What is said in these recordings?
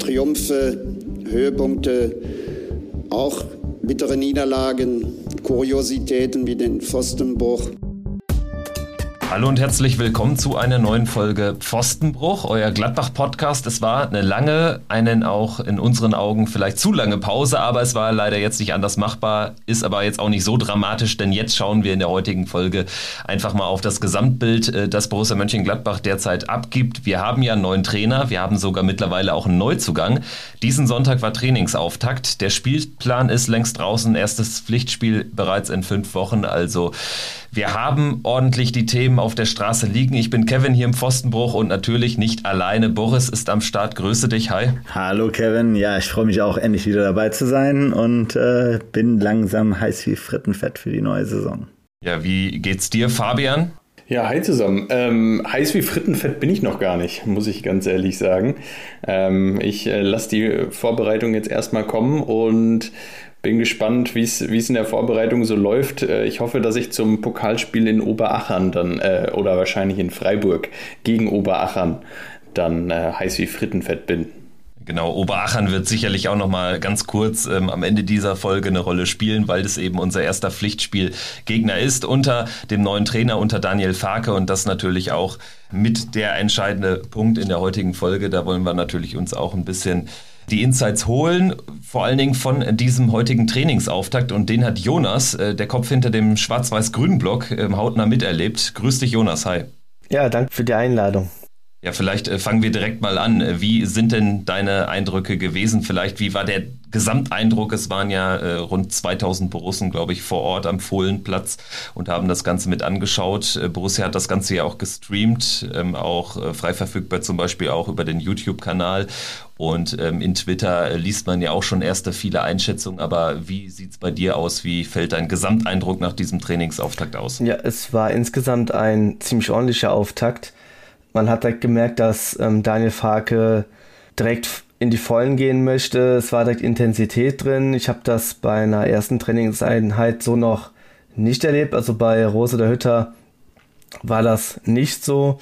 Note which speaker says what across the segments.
Speaker 1: Triumphe, Höhepunkte, auch bittere Niederlagen, Kuriositäten wie den Pfostenbruch.
Speaker 2: Hallo und herzlich willkommen zu einer neuen Folge Pfostenbruch, euer Gladbach-Podcast. Es war eine lange, einen auch in unseren Augen vielleicht zu lange Pause, aber es war leider jetzt nicht anders machbar, ist aber jetzt auch nicht so dramatisch, denn jetzt schauen wir in der heutigen Folge einfach mal auf das Gesamtbild, das Borussia Mönchengladbach derzeit abgibt. Wir haben ja einen neuen Trainer, wir haben sogar mittlerweile auch einen Neuzugang. Diesen Sonntag war Trainingsauftakt, der Spielplan ist längst draußen, erstes Pflichtspiel bereits in 5 Wochen, also wir haben ordentlich die Themen auf der Straße liegen. Ich bin Kevin hier im Pfostenbruch und natürlich nicht alleine. Boris ist am Start. Grüße dich. Hi.
Speaker 3: Hallo Kevin. Ja, ich freue mich auch, endlich wieder dabei zu sein und bin langsam heiß wie Frittenfett für die neue Saison.
Speaker 2: Ja, wie geht's dir, Fabian?
Speaker 4: Ja, hi zusammen. Heiß wie Frittenfett bin ich noch gar nicht, muss ich ganz ehrlich sagen. Ich lasse die Vorbereitung jetzt erstmal kommen und bin gespannt, wie es in der Vorbereitung so läuft. Ich hoffe, dass ich zum Pokalspiel in Oberachern dann, oder wahrscheinlich in Freiburg gegen Oberachern dann heiß wie Frittenfett bin.
Speaker 2: Genau, Oberachern wird sicherlich auch nochmal ganz kurz am Ende dieser Folge eine Rolle spielen, weil das eben unser erster Pflichtspielgegner ist unter dem neuen Trainer, unter Daniel Farke, und das natürlich auch mit der entscheidende Punkt in der heutigen Folge. Da wollen wir natürlich uns auch ein bisschen die Insights holen, vor allen Dingen von diesem heutigen Trainingsauftakt, und den hat Jonas, der Kopf hinter dem schwarz-weiß-grünen Block, hautnah miterlebt. Grüß dich, Jonas, hi.
Speaker 5: Ja, danke für die Einladung.
Speaker 2: Ja, vielleicht fangen wir direkt mal an. Wie sind denn deine Eindrücke gewesen? Vielleicht, wie war der Gesamteindruck? Es waren ja rund 2000 Borussen, glaube ich, vor Ort am Fohlenplatz und haben das Ganze mit angeschaut. Borussia hat das Ganze ja auch gestreamt, auch frei verfügbar, zum Beispiel auch über den YouTube-Kanal. Und in Twitter liest man ja auch schon viele Einschätzungen. Aber wie sieht's bei dir aus? Wie fällt dein Gesamteindruck nach diesem Trainingsauftakt aus?
Speaker 5: Ja, es war insgesamt ein ziemlich ordentlicher Auftakt. Man hat direkt gemerkt, dass Daniel Farke direkt in die Vollen gehen möchte. Es war direkt Intensität drin. Ich habe das bei einer ersten Trainingseinheit so noch nicht erlebt. Also bei Rose der Hütter war das nicht so.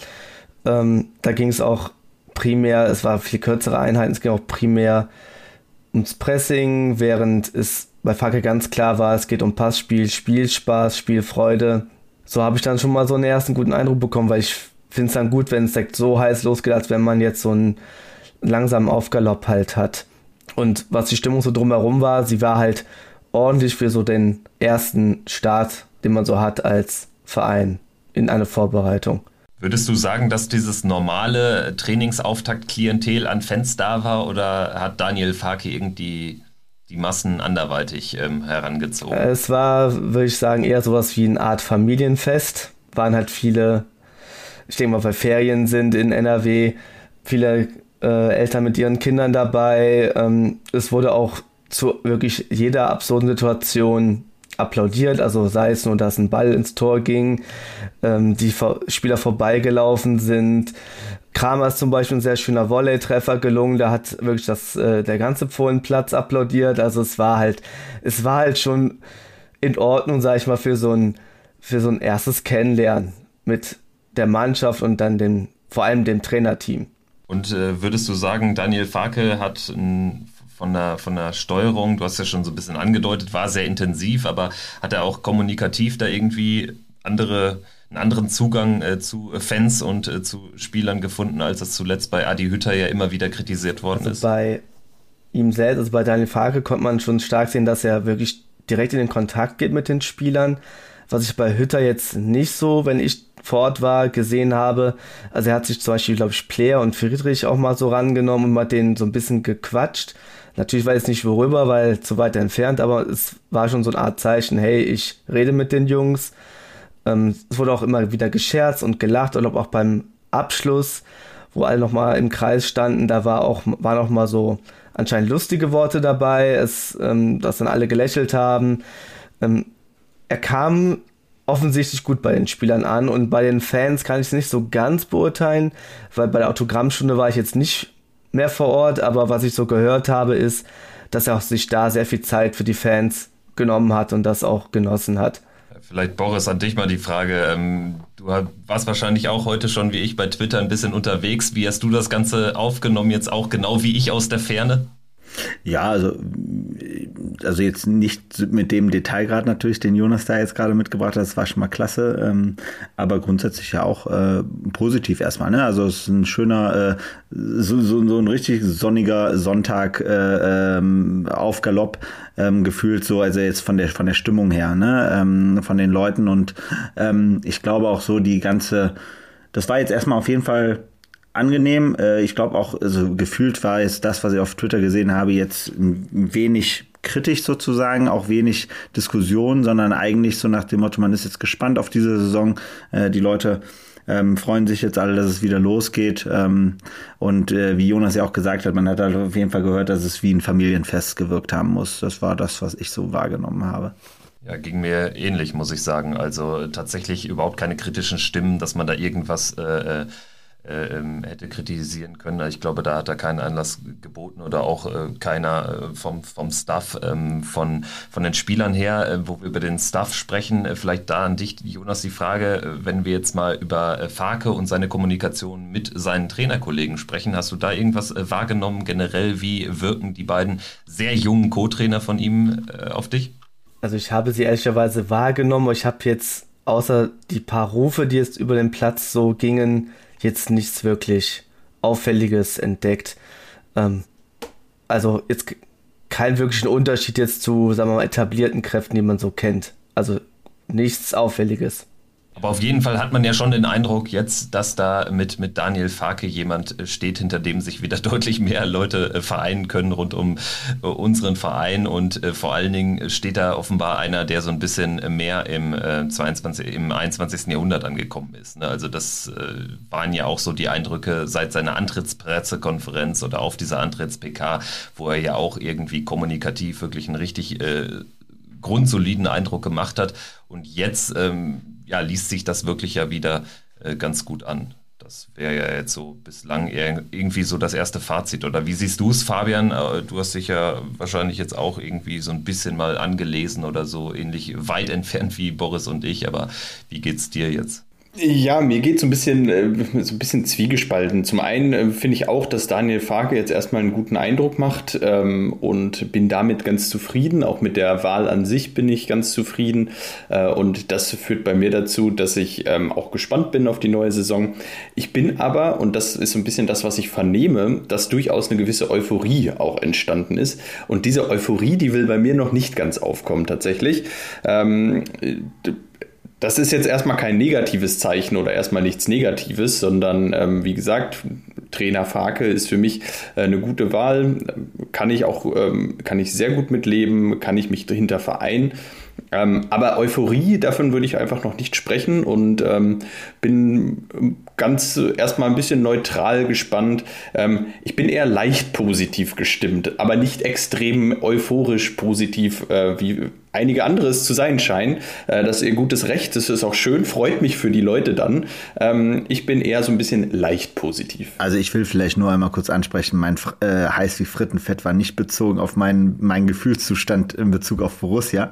Speaker 5: Da ging es auch primär, es war viel kürzere Einheiten, es ging auch primär ums Pressing, während es bei Farke ganz klar war, es geht um Passspiel, Spielspaß, Spielfreude. So habe ich dann schon mal so einen ersten guten Eindruck bekommen, weil ich finde es dann gut, wenn es direkt so heiß losgeht, als wenn man jetzt so einen langsamen Aufgalopp halt hat. Und was die Stimmung so drumherum war, sie war halt ordentlich für so den ersten Start, den man so hat als Verein in eine Vorbereitung.
Speaker 2: Würdest du sagen, dass dieses normale Trainingsauftakt-Klientel an Fans da war, oder hat Daniel Farke irgendwie die Massen anderweitig herangezogen?
Speaker 5: Es war, würde ich sagen, eher sowas wie eine Art Familienfest. Waren halt viele, ich denke mal, weil Ferien sind in NRW, viele Eltern mit ihren Kindern dabei. Es wurde auch zu wirklich jeder absurden Situation applaudiert, also sei es nur, dass ein Ball ins Tor ging, die Spieler vorbeigelaufen sind. Kramer ist zum Beispiel ein sehr schöner Volley-Treffer gelungen, da hat wirklich der ganze Fohlenplatz applaudiert, also es war halt schon in Ordnung, sag ich mal, für so ein erstes Kennenlernen mit der Mannschaft und dann vor allem dem Trainerteam.
Speaker 2: Und würdest du sagen, Daniel Farke hat von der Steuerung, du hast ja schon so ein bisschen angedeutet, war sehr intensiv, aber hat er auch kommunikativ da irgendwie einen anderen Zugang zu Fans und zu Spielern gefunden, als es zuletzt bei Adi Hütter ja immer wieder kritisiert worden ist?
Speaker 5: Bei ihm selbst, also bei Daniel Farke, konnte man schon stark sehen, dass er wirklich direkt in den Kontakt geht mit den Spielern, was ich bei Hütter jetzt nicht so, wenn ich vor Ort war, gesehen habe. Also er hat sich zum Beispiel, glaube ich, Player und Friedrich auch mal so rangenommen und mit denen so ein bisschen gequatscht. Natürlich weiß ich nicht worüber, weil zu weit entfernt, aber es war schon so eine Art Zeichen, hey, ich rede mit den Jungs. Es wurde auch immer wieder gescherzt und gelacht, und auch beim Abschluss, wo alle nochmal im Kreis standen, da waren auch mal so anscheinend lustige Worte dabei, dass dann alle gelächelt haben. Er kam offensichtlich gut bei den Spielern an, und bei den Fans kann ich es nicht so ganz beurteilen, weil bei der Autogrammstunde war ich jetzt nicht mehr vor Ort, aber was ich so gehört habe, ist, dass er auch sich da sehr viel Zeit für die Fans genommen hat und das auch genossen hat.
Speaker 2: Vielleicht, Boris, an dich mal die Frage. Du warst wahrscheinlich auch heute schon wie ich bei Twitter ein bisschen unterwegs. Wie hast du das Ganze aufgenommen, jetzt auch genau wie ich aus der Ferne?
Speaker 3: Ja, also jetzt nicht mit dem Detailgrad natürlich, den Jonas da jetzt gerade mitgebracht hat, das war schon mal klasse, aber grundsätzlich ja auch positiv erstmal, ne? Also es ist ein schöner, so ein richtig sonniger Sonntag auf Galopp gefühlt so, also jetzt von der Stimmung her, ne? Von den Leuten und ich glaube auch so das war jetzt erstmal auf jeden Fall angenehm. Ich glaube auch, also gefühlt war es das, was ich auf Twitter gesehen habe, jetzt wenig kritisch sozusagen, auch wenig Diskussion, sondern eigentlich so nach dem Motto, man ist jetzt gespannt auf diese Saison. Die Leute freuen sich jetzt alle, dass es wieder losgeht. Und wie Jonas ja auch gesagt hat, man hat halt auf jeden Fall gehört, dass es wie ein Familienfest gewirkt haben muss. Das war das, was ich so wahrgenommen habe.
Speaker 2: Ja, ging mir ähnlich, muss ich sagen. Also tatsächlich überhaupt keine kritischen Stimmen, dass man da irgendwas hätte kritisieren können. Ich glaube, da hat er keinen Anlass geboten oder auch keiner vom Staff, von den Spielern her, wo wir über den Staff sprechen. Vielleicht da an dich, Jonas, die Frage, wenn wir jetzt mal über Farke und seine Kommunikation mit seinen Trainerkollegen sprechen, hast du da irgendwas wahrgenommen generell? Wie wirken die beiden sehr jungen Co-Trainer von ihm auf dich? Also
Speaker 5: ich habe sie ehrlicherweise wahrgenommen, aber ich habe jetzt außer die paar Rufe, die jetzt über den Platz so gingen, jetzt nichts wirklich Auffälliges entdeckt. Also jetzt keinen wirklichen Unterschied jetzt zu, sagen wir mal, etablierten Kräften, die man so kennt. Also nichts Auffälliges.
Speaker 2: Aber auf jeden Fall hat man ja schon den Eindruck jetzt, dass da mit Daniel Farke jemand steht, hinter dem sich wieder deutlich mehr Leute vereinen können rund um unseren Verein und vor allen Dingen steht da offenbar einer, der so ein bisschen mehr im 21. Jahrhundert angekommen ist. Ne? Also das waren ja auch so die Eindrücke seit seiner Antrittspressekonferenz oder auf dieser Antritts-PK, wo er ja auch irgendwie kommunikativ wirklich einen richtig grundsoliden Eindruck gemacht hat und jetzt liest sich das wirklich ja wieder ganz gut an. Das wäre ja jetzt so bislang irgendwie so das erste Fazit. Oder wie siehst du es, Fabian? Du hast dich ja wahrscheinlich jetzt auch irgendwie so ein bisschen mal angelesen oder so ähnlich weit entfernt wie Boris und ich. Aber wie geht's dir jetzt?
Speaker 4: Ja, mir geht so ein bisschen zwiegespalten. Zum einen finde ich auch, dass Daniel Farke jetzt erstmal einen guten Eindruck macht und bin damit ganz zufrieden. Auch mit der Wahl an sich bin ich ganz zufrieden und das führt bei mir dazu, dass ich auch gespannt bin auf die neue Saison. Ich bin aber, und das ist so ein bisschen das, was ich vernehme, dass durchaus eine gewisse Euphorie auch entstanden ist und diese Euphorie, die will bei mir noch nicht ganz aufkommen tatsächlich. Das ist jetzt erstmal kein negatives Zeichen oder erstmal nichts Negatives, sondern wie gesagt, Trainer Farke ist für mich eine gute Wahl, kann ich sehr gut mitleben, kann ich mich dahinter vereinen. Aber Euphorie, davon würde ich einfach noch nicht sprechen und bin ganz erstmal ein bisschen neutral gespannt. Ich bin eher leicht positiv gestimmt, aber nicht extrem euphorisch positiv, wie einige andere es zu sein scheinen. Das ist ihr gutes Recht, das ist auch schön, freut mich für die Leute dann. Ich bin eher so ein bisschen leicht positiv.
Speaker 3: Also ich will vielleicht nur einmal kurz ansprechen, mein heiß wie Frittenfett war nicht bezogen auf meinen Gefühlszustand in Bezug auf Borussia,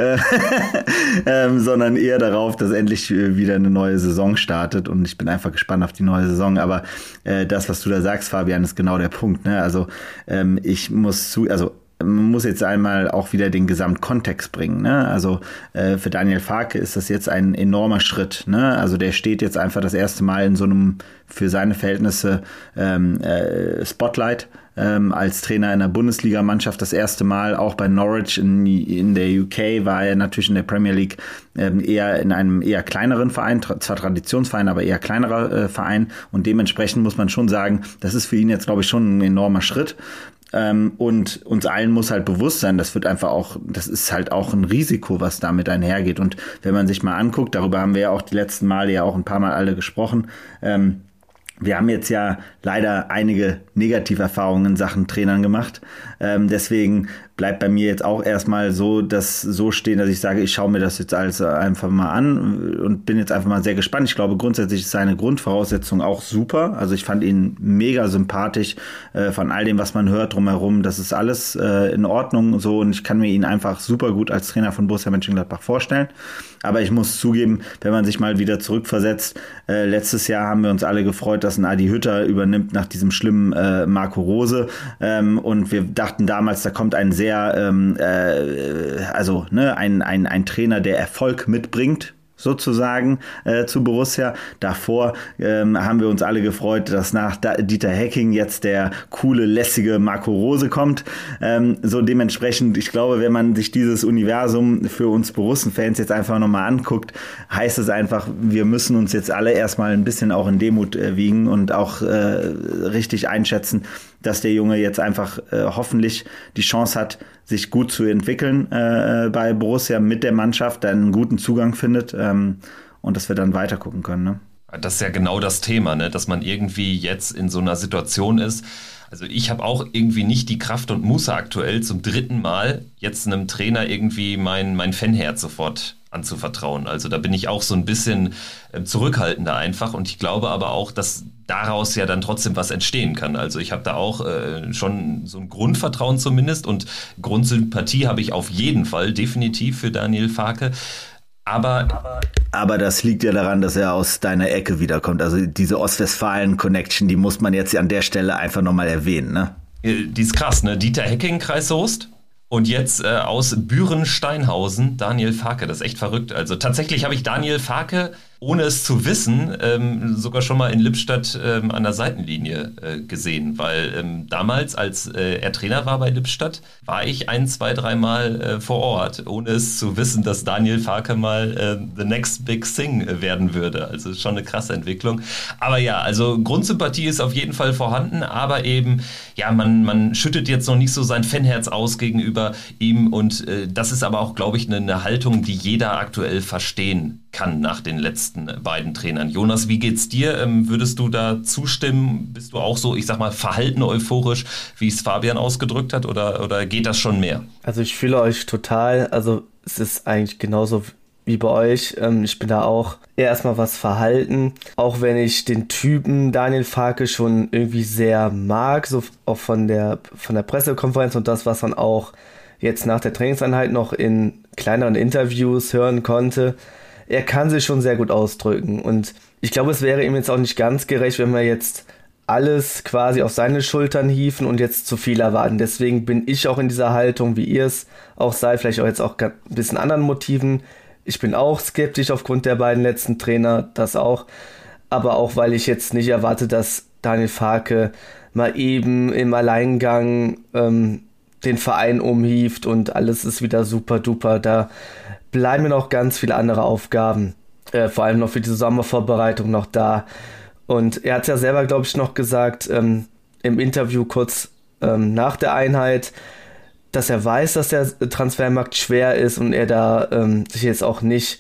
Speaker 3: sondern eher darauf, dass endlich wieder eine neue Saison startet und ich bin einfach gespannt auf die neue Saison, aber das, was du da sagst, Fabian, ist genau der Punkt, ne? Also man muss jetzt einmal auch wieder den Gesamtkontext bringen, ne? Also für Daniel Farke ist das jetzt ein enormer Schritt, ne? Also der steht jetzt einfach das erste Mal in so einem für seine Verhältnisse Spotlight als Trainer in der Bundesliga-Mannschaft das erste Mal, auch bei Norwich in der UK war er natürlich in der Premier League eher in einem eher kleineren Verein, zwar Traditionsverein, aber eher kleinerer Verein und dementsprechend muss man schon sagen, das ist für ihn jetzt, glaube ich, schon ein enormer Schritt. Und uns allen muss halt bewusst sein, das ist halt auch ein Risiko, was damit einhergeht. Und wenn man sich mal anguckt, darüber haben wir ja auch die letzten Male ja auch ein paar Mal alle gesprochen, wir haben jetzt ja leider einige Negativerfahrungen in Sachen Trainern gemacht. Deswegen bleibt bei mir jetzt auch erstmal so stehen, dass ich sage, ich schaue mir das jetzt alles einfach mal an und bin jetzt einfach mal sehr gespannt. Ich glaube, grundsätzlich ist seine Grundvoraussetzung auch super. Also ich fand ihn mega sympathisch von all dem, was man hört drumherum. Das ist alles in Ordnung so und ich kann mir ihn einfach super gut als Trainer von Borussia Mönchengladbach vorstellen. Aber ich muss zugeben, wenn man sich mal wieder zurückversetzt, letztes Jahr haben wir uns alle gefreut, dass ein Adi Hütter übernimmt nach diesem schlimmen Marco Rose. Und wir dachten damals, da kommt ein sehr, ein Trainer, der Erfolg mitbringt, sozusagen zu Borussia. Davor haben wir uns alle gefreut, dass nach Dieter Hecking jetzt der coole, lässige Marco Rose kommt. So dementsprechend, ich glaube, wenn man sich dieses Universum für uns Borussen-Fans jetzt einfach nochmal anguckt, heißt es einfach, wir müssen uns jetzt alle erstmal ein bisschen auch in Demut wiegen und auch richtig einschätzen, dass der Junge jetzt einfach hoffentlich die Chance hat, sich gut zu entwickeln bei Borussia mit der Mannschaft, dann einen guten Zugang findet und dass wir dann weiter gucken können. Ne?
Speaker 2: Das ist ja genau das Thema, ne? Dass man irgendwie jetzt in so einer Situation ist. Also ich habe auch irgendwie nicht die Kraft und Muße aktuell zum 3. Mal jetzt einem Trainer irgendwie mein Fanherz sofort anzuvertrauen. Also da bin ich auch so ein bisschen zurückhaltender einfach und ich glaube aber auch, dass daraus ja dann trotzdem was entstehen kann. Also ich habe da auch schon so ein Grundvertrauen zumindest und Grundsympathie habe ich auf jeden Fall definitiv für Daniel Farke. Aber
Speaker 3: das liegt ja daran, dass er aus deiner Ecke wiederkommt. Also diese Ostwestfalen-Connection, die muss man jetzt an der Stelle einfach nochmal erwähnen, ne?
Speaker 2: Die ist krass, ne? Dieter Hecking, Kreis Soest. Und jetzt aus Büren-Steinhausen Daniel Farke, das ist echt verrückt. Also tatsächlich habe ich Daniel Farke, ohne es zu wissen, sogar schon mal in Lippstadt an der Seitenlinie gesehen. Weil damals, als er Trainer war bei Lippstadt, war ich 1, 2, 3 Mal vor Ort, ohne es zu wissen, dass Daniel Farke mal the next big thing werden würde. Also schon eine krasse Entwicklung. Aber ja, also Grundsympathie ist auf jeden Fall vorhanden, aber eben, ja, man schüttet jetzt noch nicht so sein Fanherz aus gegenüber ihm und das ist aber auch, glaube ich, eine Haltung, die jeder aktuell verstehen kann nach den letzten beiden Trainern. Jonas, wie geht's dir? Würdest du da zustimmen? Bist du auch so, ich sag mal, verhalten euphorisch, wie es Fabian ausgedrückt hat oder geht das schon mehr?
Speaker 5: Also ich fühle euch total, also es ist eigentlich genauso wie bei euch. Ich bin da auch eher erstmal was verhalten, auch wenn ich den Typen Daniel Farke schon irgendwie sehr mag, so auch von der Pressekonferenz und das, was man auch jetzt nach der Trainingseinheit noch in kleineren Interviews hören konnte. Er kann sich schon sehr gut ausdrücken und ich glaube, es wäre ihm jetzt auch nicht ganz gerecht, wenn wir jetzt alles quasi auf seine Schultern hieven und jetzt zu viel erwarten. Deswegen bin ich auch in dieser Haltung, wie ihr es auch seid, vielleicht auch jetzt auch ein bisschen anderen Motiven. Ich bin auch skeptisch aufgrund der beiden letzten Trainer, das auch, aber auch, weil ich jetzt nicht erwarte, dass Daniel Farke mal eben im Alleingang den Verein umhieft und alles ist wieder super duper. Da bleiben mir noch ganz viele andere Aufgaben, vor allem noch für die Sommervorbereitung noch da. Und er hat es ja selber, glaube ich, noch gesagt im Interview kurz nach der Einheit, dass er weiß, dass der Transfermarkt schwer ist und er da sich jetzt auch nicht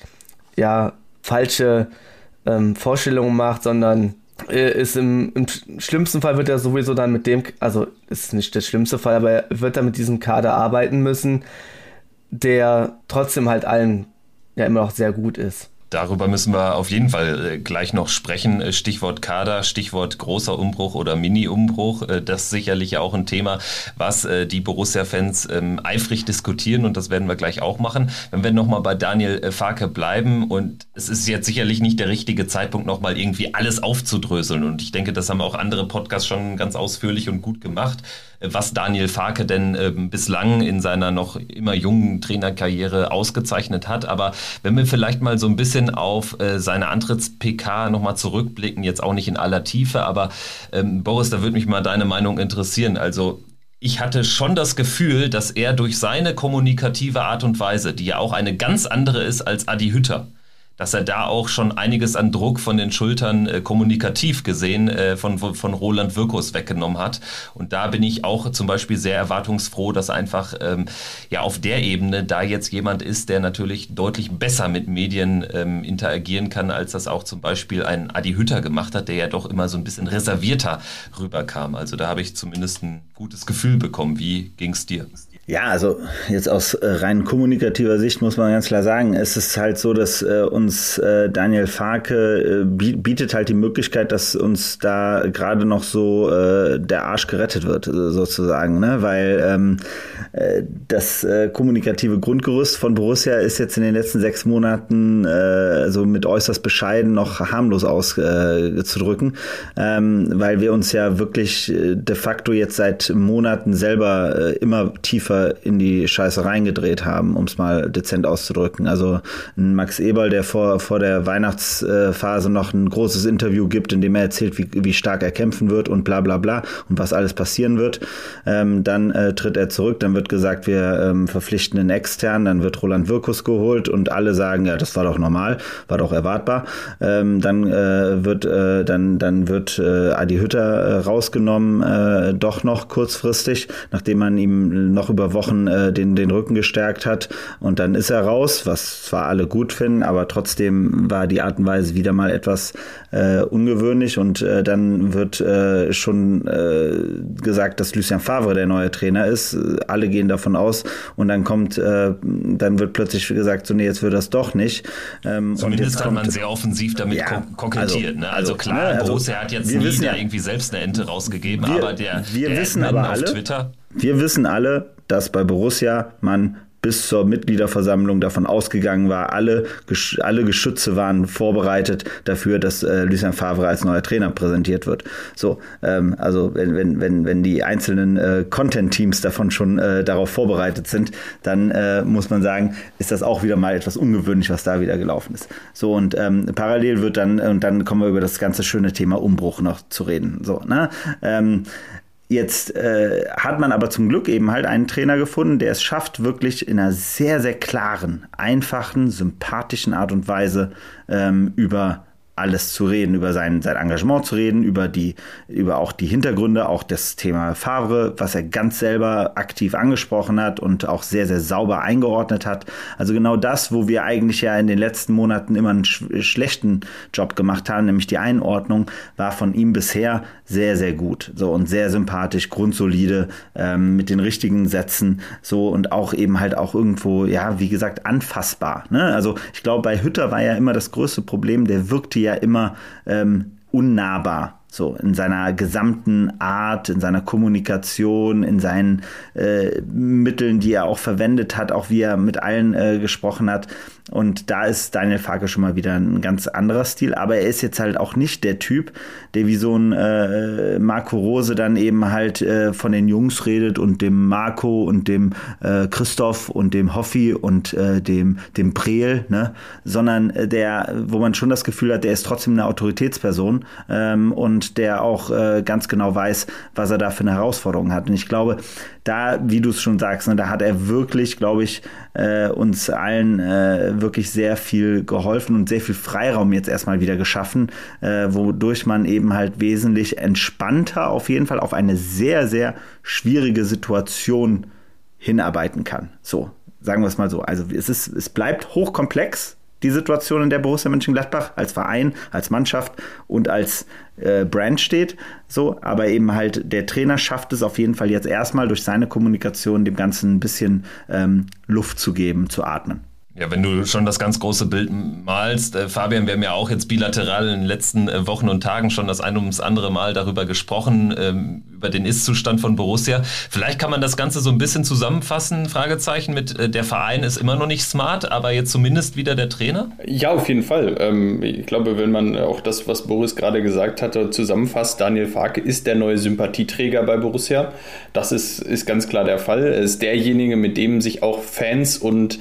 Speaker 5: falsche Vorstellungen macht, sondern ist im schlimmsten Fall wird er sowieso dann mit dem, also ist nicht der schlimmste Fall, aber er wird dann mit diesem Kader arbeiten müssen, der trotzdem halt allen ja immer noch sehr gut ist.
Speaker 2: Darüber müssen wir auf jeden Fall gleich noch sprechen. Stichwort Kader, Stichwort großer Umbruch oder Mini-Umbruch. Das ist sicherlich auch ein Thema, was die Borussia-Fans eifrig diskutieren und das werden wir gleich auch machen. Wenn wir nochmal bei Daniel Farke bleiben und es ist jetzt sicherlich nicht der richtige Zeitpunkt, nochmal irgendwie alles aufzudröseln und ich denke, das haben auch andere Podcasts schon ganz ausführlich und gut gemacht, was Daniel Farke denn bislang in seiner noch immer jungen Trainerkarriere ausgezeichnet hat. Aber wenn wir vielleicht mal so ein bisschen auf seine Antritts-PK nochmal zurückblicken, jetzt auch nicht in aller Tiefe, aber Boris, da würde mich mal deine Meinung interessieren. Also ich hatte schon das Gefühl, dass er durch seine kommunikative Art und Weise, die ja auch eine ganz andere ist als Adi Hütter, dass er da auch schon einiges an Druck von den Schultern kommunikativ gesehen von Roland Wirkus weggenommen hat. Und da bin ich auch zum Beispiel sehr erwartungsfroh, dass einfach auf der Ebene da jetzt jemand ist, der natürlich deutlich besser mit Medien interagieren kann, als das auch zum Beispiel ein Adi Hütter gemacht hat, der ja doch immer so ein bisschen reservierter rüberkam. Also da habe ich zumindest ein gutes Gefühl bekommen. Wie ging's dir?
Speaker 3: Ja, also jetzt aus rein kommunikativer Sicht muss man ganz klar sagen, es ist halt so, dass uns Daniel Farke bietet halt die Möglichkeit, dass uns da gerade noch so der Arsch gerettet wird, sozusagen, ne? Weil das kommunikative Grundgerüst von Borussia ist jetzt in den letzten 6 Monaten so mit äußerst bescheiden noch harmlos auszudrücken, weil wir uns ja wirklich de facto jetzt seit Monaten selber immer tiefer in die Scheiße reingedreht haben, um es mal dezent auszudrücken. Also ein Max Eberl, der vor der Weihnachtsphase noch ein großes Interview gibt, in dem er erzählt, wie stark er kämpfen wird und bla bla bla und was alles passieren wird. Dann tritt er zurück, dann wird gesagt, wir verpflichten einen Extern, dann wird Roland Wirkus geholt und alle sagen, ja, das war doch normal, war doch erwartbar. Dann wird Adi Hütter rausgenommen, doch noch kurzfristig, nachdem man ihm noch über Wochen den Rücken gestärkt hat, und dann ist er raus, was zwar alle gut finden, aber trotzdem war die Art und Weise wieder mal etwas ungewöhnlich, und dann wird schon gesagt, dass Lucien Favre der neue Trainer ist. Alle gehen davon aus, und dann dann wird plötzlich gesagt, so nee, jetzt wird das doch nicht.
Speaker 2: Zumindest hat man sehr offensiv damit kokettiert. Also klar, Borussia hat jetzt nie da irgendwie selbst eine Ente rausgegeben, aber der
Speaker 3: Admin auf
Speaker 2: Twitter...
Speaker 3: Wir wissen alle, dass bei Borussia man bis zur Mitgliederversammlung davon ausgegangen war, alle Geschütze waren vorbereitet dafür, dass Lucien Favre als neuer Trainer präsentiert wird. So, also wenn die einzelnen Content-Teams davon schon darauf vorbereitet sind, dann muss man sagen, ist das auch wieder mal etwas ungewöhnlich, was da wieder gelaufen ist. So, und parallel wird dann kommen wir über das ganze schöne Thema Umbruch noch zu reden. So, ne? Jetzt hat man aber zum Glück eben halt einen Trainer gefunden, der es schafft, wirklich in einer sehr, sehr klaren, einfachen, sympathischen Art und Weise über alles zu reden, über sein Engagement zu reden, über auch die Hintergründe, auch das Thema Favre, was er ganz selber aktiv angesprochen hat und auch sehr, sehr sauber eingeordnet hat. Also genau das, wo wir eigentlich ja in den letzten Monaten immer einen schlechten Job gemacht haben, nämlich die Einordnung, war von ihm bisher sehr, sehr gut. So, und sehr sympathisch, grundsolide, mit den richtigen Sätzen, so, und auch eben halt auch irgendwo, ja, wie gesagt, anfassbar, ne? Also ich glaube, bei Hütter war ja immer das größte Problem, der wirkte ja immer unnahbar. So, in seiner gesamten Art, in seiner Kommunikation, in seinen Mitteln, die er auch verwendet hat, auch wie er mit allen gesprochen hat. Und da ist Daniel Farke schon mal wieder ein ganz anderer Stil. Aber er ist jetzt halt auch nicht der Typ, der wie so ein Marco Rose dann eben halt von den Jungs redet und dem Marco und dem Christoph und dem Hoffi und dem Preel, ne? Sondern wo man schon das Gefühl hat, der ist trotzdem eine Autoritätsperson und der auch ganz genau weiß, was er da für eine Herausforderung hat. Und ich glaube, da, wie du es schon sagst, ne, da hat er wirklich, glaube ich, uns allen wirklich sehr viel geholfen und sehr viel Freiraum jetzt erstmal wieder geschaffen, wodurch man eben halt wesentlich entspannter auf jeden Fall auf eine sehr, sehr schwierige Situation hinarbeiten kann. So, sagen wir es mal so. Also es bleibt hochkomplex, die Situation, in der Borussia Mönchengladbach als Verein, als Mannschaft und als Brand steht. So, aber eben halt der Trainer schafft es auf jeden Fall jetzt erstmal durch seine Kommunikation dem Ganzen ein bisschen Luft zu geben, zu atmen.
Speaker 2: Ja, wenn du schon das ganz große Bild malst, Fabian, wir haben ja auch jetzt bilateral in den letzten Wochen und Tagen schon das ein ums andere Mal darüber gesprochen, über den Ist-Zustand von Borussia. Vielleicht kann man das Ganze so ein bisschen zusammenfassen, Fragezeichen, mit der Verein ist immer noch nicht smart, aber jetzt zumindest wieder der Trainer?
Speaker 4: Ja, auf jeden Fall. Ich glaube, wenn man auch das, was Boris gerade gesagt hatte, zusammenfasst, Daniel Farke ist der neue Sympathieträger bei Borussia. Das ist ganz klar der Fall. Er ist derjenige, mit dem sich auch Fans und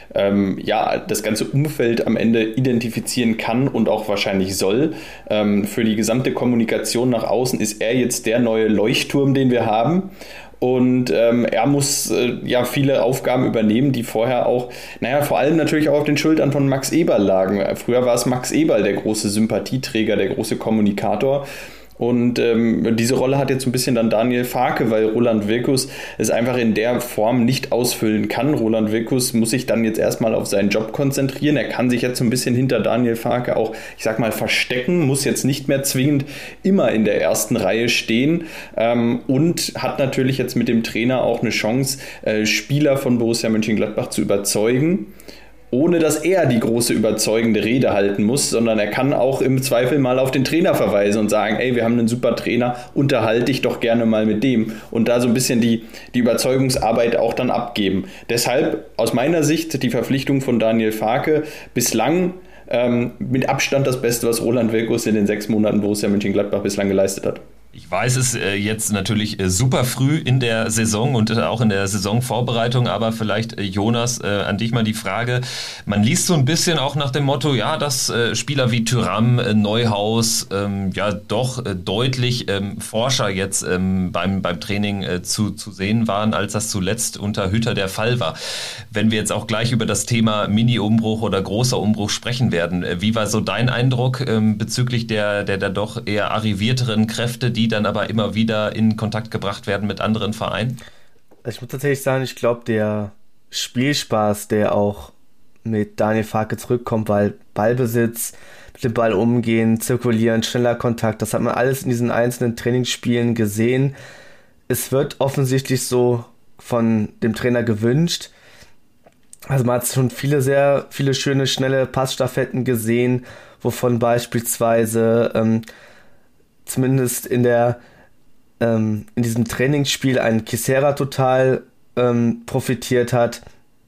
Speaker 4: das ganze Umfeld am Ende identifizieren kann und auch wahrscheinlich soll. Für die gesamte Kommunikation nach außen ist er jetzt der neue Leuchtturm, den wir haben. Und er muss ja viele Aufgaben übernehmen, die vorher auch, vor allem natürlich auch auf den Schultern von Max Eberl lagen. Früher war es Max Eberl, der große Sympathieträger, der große Kommunikator. Und diese Rolle hat jetzt ein bisschen dann Daniel Farke, weil Roland Wirkus es einfach in der Form nicht ausfüllen kann. Roland Wirkus muss sich dann jetzt erstmal auf seinen Job konzentrieren. Er kann sich jetzt so ein bisschen hinter Daniel Farke auch, ich sag mal, verstecken, muss jetzt nicht mehr zwingend immer in der ersten Reihe stehen und hat natürlich jetzt mit dem Trainer auch eine Chance, Spieler von Borussia Mönchengladbach zu überzeugen, ohne dass er die große überzeugende Rede halten muss, sondern er kann auch im Zweifel mal auf den Trainer verweisen und sagen, ey, wir haben einen super Trainer, unterhalte dich doch gerne mal mit dem und da so ein bisschen die Überzeugungsarbeit auch dann abgeben. Deshalb aus meiner Sicht die Verpflichtung von Daniel Farke bislang mit Abstand das Beste, was Roland Wirkus in den 6 Monaten Borussia Mönchengladbach bislang geleistet hat.
Speaker 2: Ich weiß, es jetzt natürlich super früh in der Saison und auch in der Saisonvorbereitung, aber vielleicht, Jonas, an dich mal die Frage. Man liest so ein bisschen auch nach dem Motto, ja, dass Spieler wie Thuram, Neuhaus, ja doch deutlich forscher jetzt beim Training zu sehen waren, als das zuletzt unter Hütter der Fall war. Wenn wir jetzt auch gleich über das Thema Mini-Umbruch oder großer Umbruch sprechen werden, wie war so dein Eindruck bezüglich der doch eher arrivierteren Kräfte, die dann aber immer wieder in Kontakt gebracht werden mit anderen Vereinen?
Speaker 5: Ich muss tatsächlich sagen, ich glaube, der Spielspaß, der auch mit Daniel Farke zurückkommt, weil Ballbesitz, mit dem Ball umgehen, zirkulieren, schneller Kontakt, das hat man alles in diesen einzelnen Trainingsspielen gesehen. Es wird offensichtlich so von dem Trainer gewünscht. Also man hat schon sehr viele schöne, schnelle Passstaffetten gesehen, wovon beispielsweise zumindest in diesem Trainingsspiel ein Kisera total profitiert hat.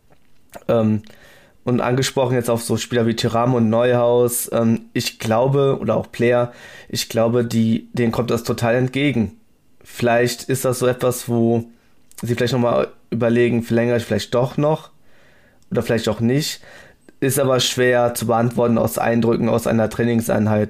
Speaker 5: Und angesprochen jetzt auf so Spieler wie Thuram und Neuhaus, ich glaube, oder auch Player, ich glaube, denen kommt das total entgegen. Vielleicht ist das so etwas, wo sie vielleicht nochmal überlegen, verlängere ich vielleicht doch noch oder vielleicht auch nicht. Ist aber schwer zu beantworten aus Eindrücken aus einer Trainingseinheit.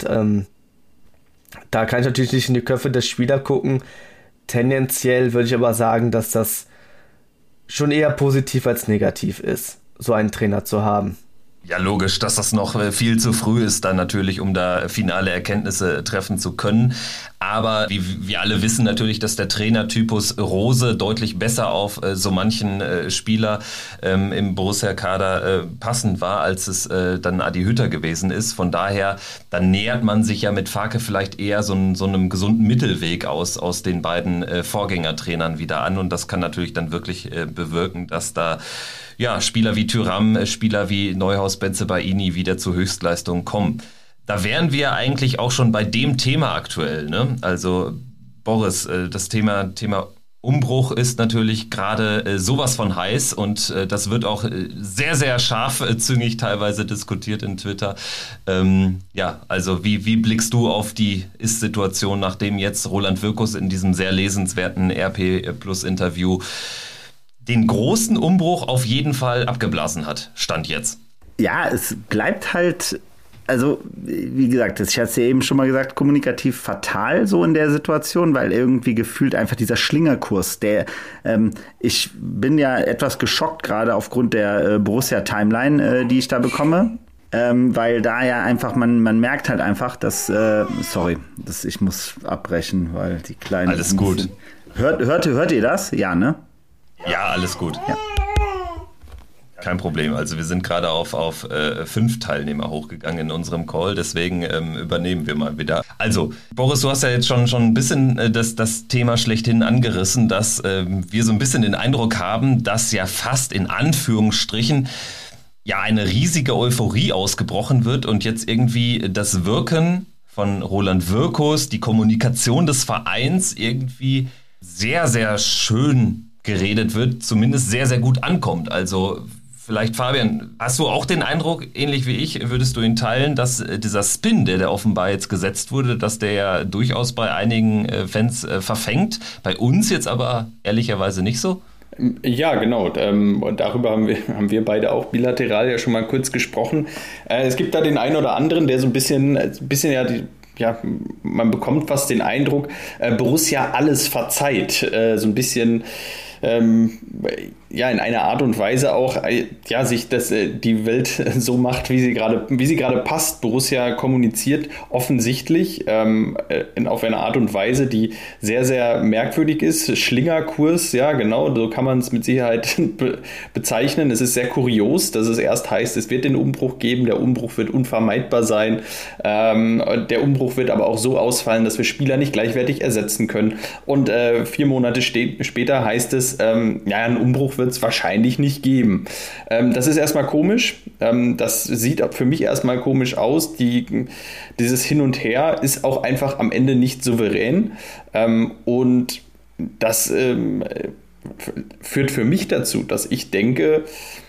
Speaker 5: Da kann ich natürlich nicht in die Köpfe der Spieler gucken. Tendenziell würde ich aber sagen, dass das schon eher positiv als negativ ist, so einen Trainer zu haben.
Speaker 2: Ja, logisch, dass das noch viel zu früh ist dann natürlich, um da finale Erkenntnisse treffen zu können. Aber wie wir alle wissen natürlich, dass der Trainertypus Rose deutlich besser auf so manchen Spieler im Borussia-Kader passend war, als es dann Adi Hütter gewesen ist. Von daher, dann nähert man sich ja mit Farke vielleicht eher so einem gesunden Mittelweg aus den beiden Vorgängertrainern wieder an. Und das kann natürlich dann wirklich bewirken, dass da ja, Spieler wie Thuram, Spieler wie Neuhaus, Bensebaini wieder zu Höchstleistungen kommen. Da wären wir eigentlich auch schon bei dem Thema aktuell, ne? Also Boris, das Thema Umbruch ist natürlich gerade sowas von heiß und das wird auch sehr, sehr scharfzüngig teilweise diskutiert in Twitter. Ja, also wie blickst du auf die Ist-Situation, nachdem jetzt Roland Wirkus in diesem sehr lesenswerten RP-Plus-Interview den großen Umbruch auf jeden Fall abgeblasen hat, Stand jetzt?
Speaker 3: Ja, es bleibt halt, also wie gesagt, ich hatte es ja eben schon mal gesagt, kommunikativ fatal so in der Situation, weil irgendwie gefühlt einfach dieser Schlingerkurs, ich bin ja etwas geschockt gerade aufgrund der Borussia-Timeline, die ich da bekomme. Weil da ja einfach, man merkt halt einfach, dass, ich muss abbrechen, weil die Kleinen...
Speaker 2: Alles gut.
Speaker 3: Hört ihr das? Ja, ne?
Speaker 2: Ja, alles gut. Ja. Kein Problem. Also wir sind gerade auf 5 Teilnehmer hochgegangen in unserem Call, deswegen übernehmen wir mal wieder. Also, Boris, du hast ja jetzt schon ein bisschen das Thema schlechthin angerissen, dass wir so ein bisschen den Eindruck haben, dass ja fast in Anführungsstrichen ja eine riesige Euphorie ausgebrochen wird und jetzt irgendwie das Wirken von Roland Wirkus, die Kommunikation des Vereins irgendwie sehr, sehr schön geredet wird, zumindest sehr, sehr gut ankommt. Also vielleicht, Fabian, hast du auch den Eindruck, ähnlich wie ich, würdest du ihn teilen, dass dieser Spin, der offenbar jetzt gesetzt wurde, dass der ja durchaus bei einigen Fans verfängt, bei uns jetzt aber ehrlicherweise nicht so?
Speaker 4: Ja, genau. Und darüber haben wir beide auch bilateral ja schon mal kurz gesprochen. Es gibt da den einen oder anderen, der so ein bisschen ja man bekommt fast den Eindruck, Borussia alles verzeiht. So ein bisschen in einer Art und Weise auch, sich die Welt so macht, wie sie gerade passt. Borussia kommuniziert offensichtlich auf eine Art und Weise, die sehr, sehr merkwürdig ist. Schlingerkurs, ja genau, so kann man es mit Sicherheit bezeichnen. Es ist sehr kurios, dass es erst heißt, es wird den Umbruch geben, der Umbruch wird unvermeidbar sein. Der Umbruch wird aber auch so ausfallen, dass wir Spieler nicht gleichwertig ersetzen können. Und 4 Monate später heißt es, einen Umbruch wird es wahrscheinlich nicht geben. Das ist erstmal komisch. Das sieht für mich erstmal komisch aus. Dieses Hin und Her ist auch einfach am Ende nicht souverän. Und das führt für mich dazu, dass ich denke,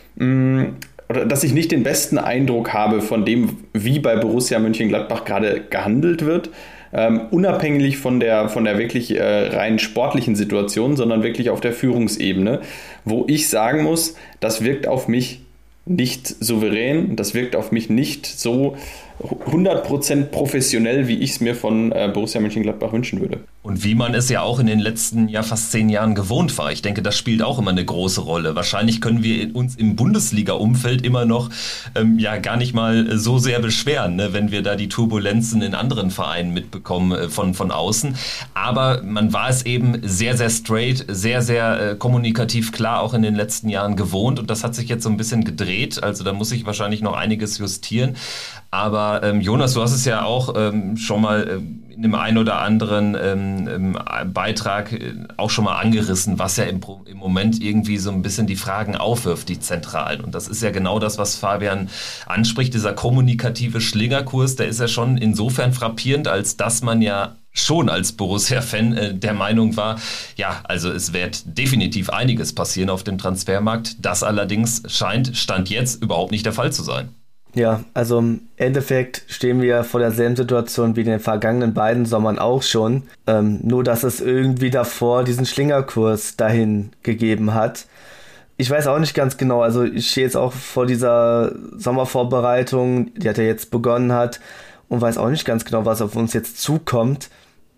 Speaker 4: oder dass ich nicht den besten Eindruck habe von dem, wie bei Borussia Mönchengladbach gerade gehandelt wird. Unabhängig von der wirklich rein sportlichen Situation, sondern wirklich auf der Führungsebene, wo ich sagen muss, das wirkt auf mich nicht souverän, das wirkt auf mich nicht so 100% professionell, wie ich es mir von Borussia Mönchengladbach wünschen würde.
Speaker 2: Und wie man es ja auch in den letzten fast 10 Jahren gewohnt war. Ich denke, das spielt auch immer eine große Rolle. Wahrscheinlich können wir uns im Bundesliga-Umfeld immer noch gar nicht mal so sehr beschweren, ne, wenn wir da die Turbulenzen in anderen Vereinen mitbekommen von außen. Aber man war es eben sehr, sehr straight, sehr, sehr kommunikativ klar auch in den letzten Jahren gewohnt. Und das hat sich jetzt so ein bisschen gedreht. Also da muss ich wahrscheinlich noch einiges justieren. Aber Jonas, du hast es ja auch schon mal in dem einen oder anderen Beitrag auch schon mal angerissen, was ja im Moment irgendwie so ein bisschen die Fragen aufwirft, die zentralen. Und das ist ja genau das, was Fabian anspricht, dieser kommunikative Schlingerkurs, der ist ja schon insofern frappierend, als dass man ja schon als Borussia-Fan der Meinung war, also es wird definitiv einiges passieren auf dem Transfermarkt. Das allerdings Stand jetzt überhaupt nicht der Fall zu sein.
Speaker 5: Ja, also im Endeffekt stehen wir vor derselben Situation wie in den vergangenen beiden Sommern auch schon. Nur, dass es irgendwie davor diesen Schlingerkurs dahin gegeben hat. Ich weiß auch nicht ganz genau, also ich stehe jetzt auch vor dieser Sommervorbereitung, die ja jetzt begonnen hat und weiß auch nicht ganz genau, was auf uns jetzt zukommt.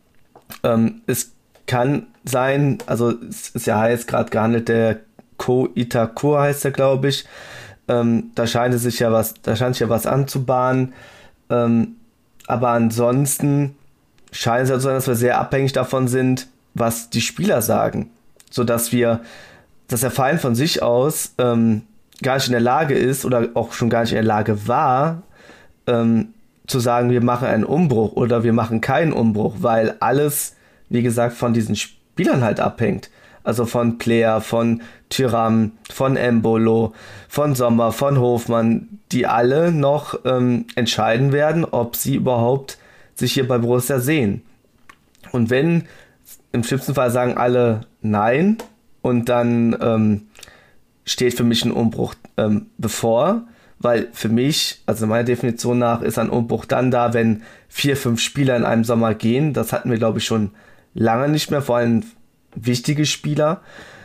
Speaker 5: Es kann sein, also es ist ja jetzt gerade gehandelt, der Ko Itakura heißt er, glaube ich. Da scheint sich ja was anzubahnen. Aber ansonsten scheint es ja so sein, dass wir sehr abhängig davon sind, was die Spieler sagen. Sodass der Verein von sich aus gar nicht in der Lage ist oder auch schon gar nicht in der Lage war, zu sagen, wir machen einen Umbruch oder wir machen keinen Umbruch, weil alles, wie gesagt, von diesen Spielern halt abhängt. Also von Player, von Thuram, von Embolo, von Sommer, von Hofmann, die alle noch entscheiden werden, ob sie überhaupt sich hier bei Borussia sehen. Und wenn im schlimmsten Fall sagen alle nein und dann steht für mich ein Umbruch bevor, weil für mich, also meiner Definition nach, ist ein Umbruch dann da, wenn 4, 5 Spieler in einem Sommer gehen. Das hatten wir, glaube ich, schon lange nicht mehr, vor allem wichtige Spieler,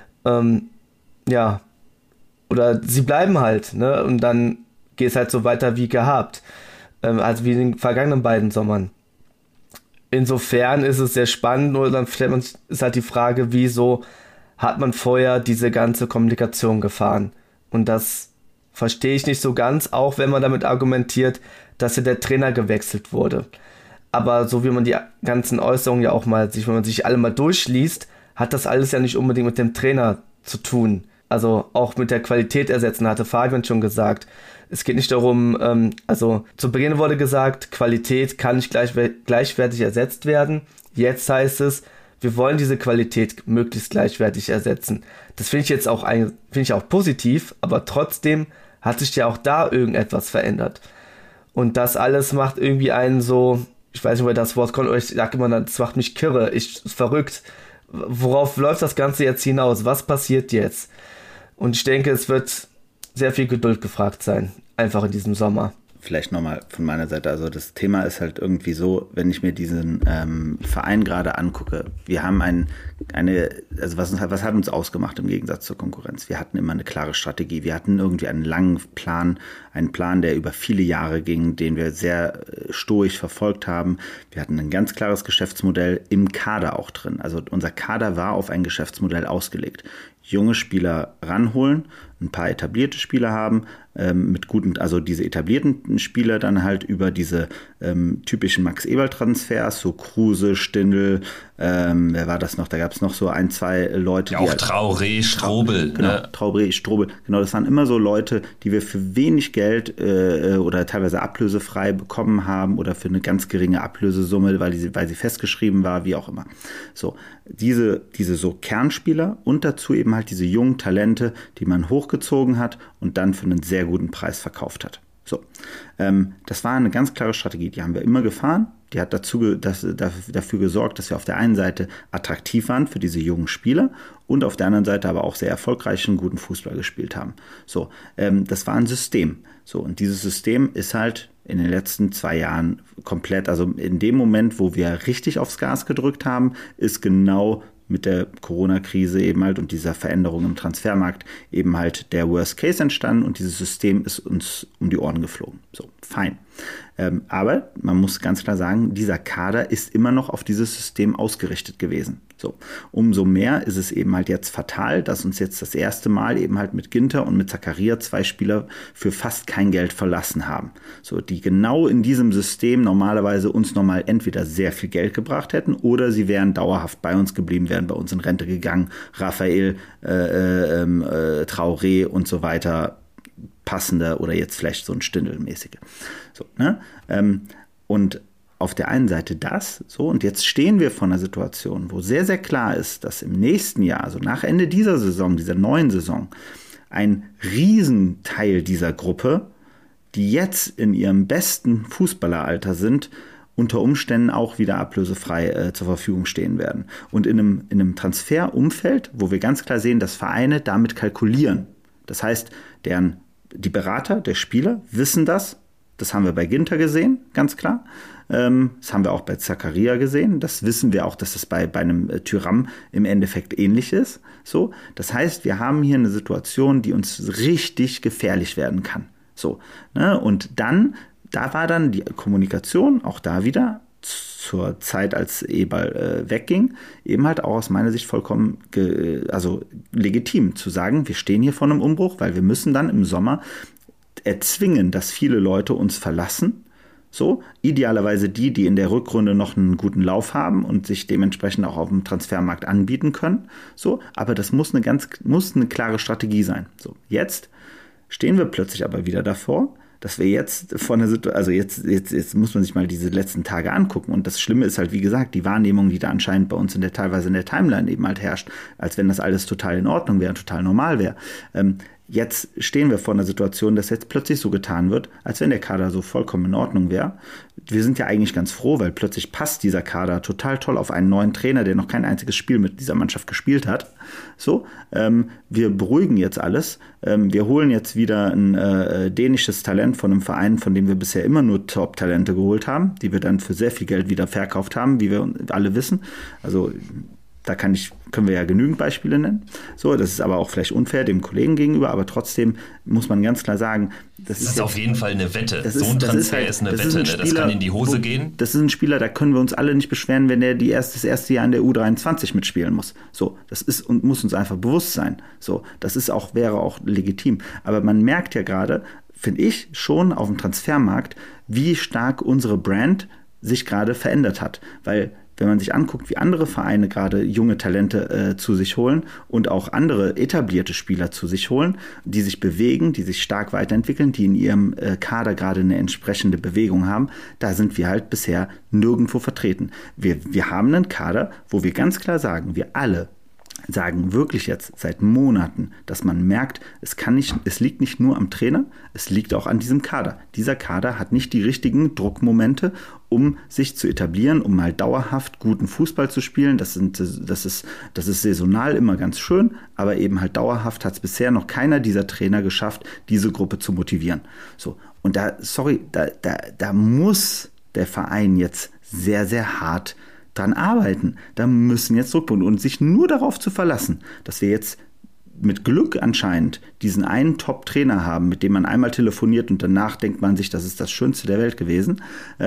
Speaker 5: oder sie bleiben halt, ne, und dann geht es halt so weiter wie gehabt, also wie in den vergangenen beiden Sommern. Insofern ist es sehr spannend, oder dann ist halt die Frage, wieso hat man vorher diese ganze Kommunikation gefahren? Und das verstehe ich nicht so ganz, auch wenn man damit argumentiert, dass ja der Trainer gewechselt wurde. Aber so wie man die ganzen Äußerungen ja auch mal wenn man sich alle mal durchliest, hat das alles ja nicht unbedingt mit dem Trainer zu tun. Also auch mit der Qualität ersetzen, hatte Fabian schon gesagt. Es geht nicht darum, also zu Beginn wurde gesagt, Qualität kann nicht gleichwertig ersetzt werden. Jetzt heißt es, wir wollen diese Qualität möglichst gleichwertig ersetzen. Das finde ich jetzt auch, auch positiv, aber trotzdem hat sich ja auch da irgendetwas verändert. Und das alles macht irgendwie einen so, ich weiß nicht, woher das Wort kommt, aber ich sage immer, das macht mich kirre, ist verrückt. Worauf läuft das Ganze jetzt hinaus? Was passiert jetzt? Und ich denke, es wird sehr viel Geduld gefragt sein, einfach in diesem Sommer.
Speaker 3: vielleicht nochmal von meiner Seite. Also das Thema ist halt irgendwie so, wenn ich mir diesen Verein gerade angucke, wir haben was hat uns ausgemacht im Gegensatz zur Konkurrenz? Wir hatten immer eine klare Strategie. Wir hatten irgendwie einen langen Plan, einen Plan, der über viele Jahre ging, den wir sehr stoisch verfolgt haben. Wir hatten ein ganz klares Geschäftsmodell im Kader auch drin. Also unser Kader war auf ein Geschäftsmodell ausgelegt. Junge Spieler ranholen, ein paar etablierte Spieler haben, mit guten, also diese etablierten Spieler dann halt über diese typischen Max-Eberl-Transfers, so Kruse, Stindl, wer war das noch? Da gab es noch so ein, zwei Leute.
Speaker 2: Ja, auch Traoré, Strobel.
Speaker 3: Genau, ne? Traoré, Strobel. Genau, das waren immer so Leute, die wir für wenig Geld oder teilweise ablösefrei bekommen haben oder für eine ganz geringe Ablösesumme, weil sie festgeschrieben war, wie auch immer. So, diese so Kernspieler und dazu eben halt diese jungen Talente, die man hochgezogen hat und dann für einen sehr guten Preis verkauft hat. So, das war eine ganz klare Strategie, die haben wir immer gefahren. Die hat dafür gesorgt, dass wir auf der einen Seite attraktiv waren für diese jungen Spieler und auf der anderen Seite aber auch sehr erfolgreich und guten Fußball gespielt haben. So, das war ein System. So, und dieses System ist halt in den letzten 2 Jahren komplett, also in dem Moment, wo wir richtig aufs Gas gedrückt haben, ist genau mit der Corona-Krise eben halt und dieser Veränderung im Transfermarkt eben halt der Worst Case entstanden und dieses System ist uns um die Ohren geflogen. So, fein. Aber man muss ganz klar sagen, dieser Kader ist immer noch auf dieses System ausgerichtet gewesen. So, umso mehr ist es eben halt jetzt fatal, dass uns jetzt das erste Mal eben halt mit Ginter und mit Zakaria 2 Spieler für fast kein Geld verlassen haben. So, die genau in diesem System normalerweise uns nochmal entweder sehr viel Geld gebracht hätten oder sie wären dauerhaft bei uns geblieben, wären bei uns in Rente gegangen. Raphael, Traoré und so weiter, passender oder jetzt vielleicht so ein Stindl-mäßige. So, ne? Und auf der einen Seite das, so, und jetzt stehen wir vor einer Situation, wo sehr, sehr klar ist, dass im nächsten Jahr, also nach Ende dieser Saison, dieser neuen Saison, ein Riesenteil dieser Gruppe, die jetzt in ihrem besten Fußballeralter sind, unter Umständen auch wieder ablösefrei zur Verfügung stehen werden. Und in einem Transferumfeld, wo wir ganz klar sehen, dass Vereine damit kalkulieren. Das heißt, die Berater der Spieler wissen das. Das haben wir bei Ginter gesehen, ganz klar. Das haben wir auch bei Zakaria gesehen. Das wissen wir auch, dass das bei einem Thuram im Endeffekt ähnlich ist. So, das heißt, wir haben hier eine Situation, die uns richtig gefährlich werden kann. So, ne? Und da war dann die Kommunikation, auch da wieder, zur Zeit, als Eberl wegging, eben halt auch aus meiner Sicht vollkommen legitim zu sagen, wir stehen hier vor einem Umbruch, weil wir müssen dann im Sommer erzwingen, dass viele Leute uns verlassen. So, idealerweise die in der Rückrunde noch einen guten Lauf haben und sich dementsprechend auch auf dem Transfermarkt anbieten können. So, aber das muss eine klare Strategie sein. So, jetzt stehen wir plötzlich aber wieder davor, dass wir jetzt von der Situation, also jetzt muss man sich mal diese letzten Tage angucken. Und das Schlimme ist halt, wie gesagt, die Wahrnehmung, die da anscheinend bei uns teilweise in der Timeline eben halt herrscht, als wenn das alles total in Ordnung wäre, total normal wäre. Jetzt stehen wir vor einer Situation, dass jetzt plötzlich so getan wird, als wenn der Kader so vollkommen in Ordnung wäre. Wir sind ja eigentlich ganz froh, weil plötzlich passt dieser Kader total toll auf einen neuen Trainer, der noch kein einziges Spiel mit dieser Mannschaft gespielt hat. So, wir beruhigen jetzt alles. Wir holen jetzt wieder ein dänisches Talent von einem Verein, von dem wir bisher immer nur Top-Talente geholt haben, die wir dann für sehr viel Geld wieder verkauft haben, wie wir alle wissen. Also da können wir ja genügend Beispiele nennen. So, das ist aber auch vielleicht unfair dem Kollegen gegenüber, aber trotzdem muss man ganz klar sagen,
Speaker 2: das ist auf jeden Fall eine Wette. So ein Transfer ist eine Wette, das kann in die Hose gehen.
Speaker 3: Das ist ein Spieler, da können wir uns alle nicht beschweren, wenn der das erste Jahr in der U23 mitspielen muss. So, das ist und muss uns einfach bewusst sein. So, das wäre auch legitim. Aber man merkt ja gerade, finde ich, schon auf dem Transfermarkt, wie stark unsere Brand sich gerade verändert hat. Weil wenn man sich anguckt, wie andere Vereine gerade junge Talente zu sich holen und auch andere etablierte Spieler zu sich holen, die sich bewegen, die sich stark weiterentwickeln, die in ihrem Kader gerade eine entsprechende Bewegung haben, da sind wir halt bisher nirgendwo vertreten. Wir haben einen Kader, wo wir ganz klar sagen, wir alle sagen wirklich jetzt seit Monaten, dass man merkt, es liegt nicht nur am Trainer, es liegt auch an diesem Kader. Dieser Kader hat nicht die richtigen Druckmomente, um sich zu etablieren, um mal dauerhaft guten Fußball zu spielen. Das ist saisonal immer ganz schön, aber eben halt dauerhaft hat es bisher noch keiner dieser Trainer geschafft, diese Gruppe zu motivieren. So. Und da muss der Verein jetzt sehr, sehr hart dran arbeiten. Da müssen jetzt Druckpunkte und sich nur darauf zu verlassen, dass wir jetzt mit Glück anscheinend diesen einen Top-Trainer haben, mit dem man einmal telefoniert und danach denkt man sich, das ist das Schönste der Welt gewesen,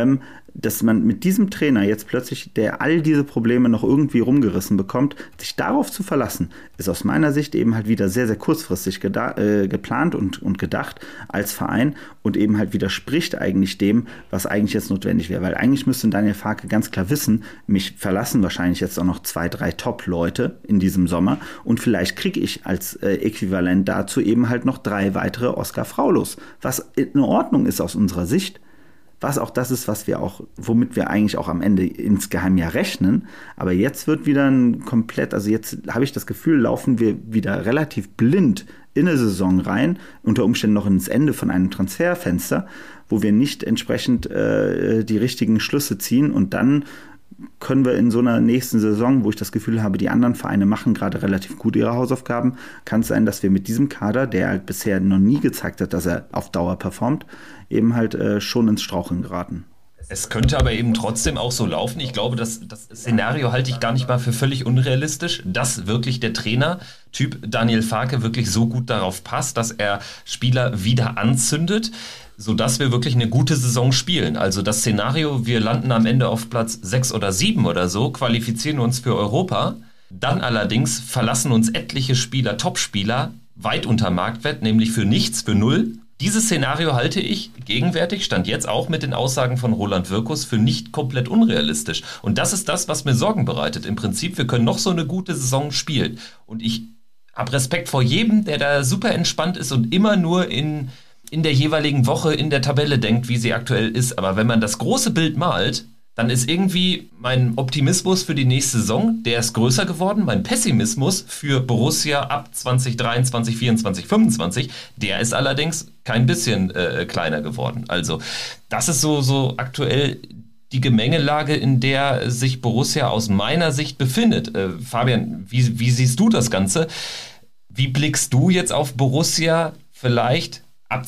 Speaker 3: dass man mit diesem Trainer jetzt plötzlich, der all diese Probleme noch irgendwie rumgerissen bekommt, sich darauf zu verlassen, ist aus meiner Sicht eben halt wieder sehr, sehr kurzfristig geplant und gedacht als Verein und eben halt widerspricht eigentlich dem, was eigentlich jetzt notwendig wäre. Weil eigentlich müsste Daniel Farke ganz klar wissen, mich verlassen wahrscheinlich jetzt auch noch 2, 3 Top-Leute in diesem Sommer und vielleicht kriege ich als Äquivalent dazu eben halt noch 3 weitere Oskar Fraulos, was in Ordnung ist aus unserer Sicht. Was auch das ist, womit wir eigentlich auch am Ende insgeheim ja rechnen. Aber jetzt wird wieder jetzt habe ich das Gefühl, laufen wir wieder relativ blind in eine Saison rein, unter Umständen noch ins Ende von einem Transferfenster, wo wir nicht entsprechend die richtigen Schlüsse ziehen und dann können wir in so einer nächsten Saison, wo ich das Gefühl habe, die anderen Vereine machen gerade relativ gut ihre Hausaufgaben, kann es sein, dass wir mit diesem Kader, der halt bisher noch nie gezeigt hat, dass er auf Dauer performt, eben halt schon ins Straucheln geraten.
Speaker 2: Es könnte aber eben trotzdem auch so laufen. Ich glaube, das Szenario halte ich gar nicht mal für völlig unrealistisch, dass wirklich der Trainertyp Daniel Farke wirklich so gut darauf passt, dass er Spieler wieder anzündet, sodass wir wirklich eine gute Saison spielen. Also das Szenario, wir landen am Ende auf Platz 6 oder 7 oder so, qualifizieren uns für Europa, dann allerdings verlassen uns etliche Spieler, Topspieler, weit unter Marktwert, nämlich für nichts, für 0. Dieses Szenario halte ich gegenwärtig, stand jetzt auch mit den Aussagen von Roland Wirkus, für nicht komplett unrealistisch. Und das ist das, was mir Sorgen bereitet. Im Prinzip, wir können noch so eine gute Saison spielen. Und ich habe Respekt vor jedem, der da super entspannt ist und immer nur in der jeweiligen Woche in der Tabelle denkt, wie sie aktuell ist. Aber wenn man das große Bild malt, dann ist irgendwie mein Optimismus für die nächste Saison, der ist größer geworden. Mein Pessimismus für Borussia ab 2023, 24, 25, der ist allerdings kein bisschen kleiner geworden. Also das ist so aktuell die Gemengelage, in der sich Borussia aus meiner Sicht befindet. Fabian, wie siehst du das Ganze? Wie blickst du jetzt auf Borussia vielleicht ab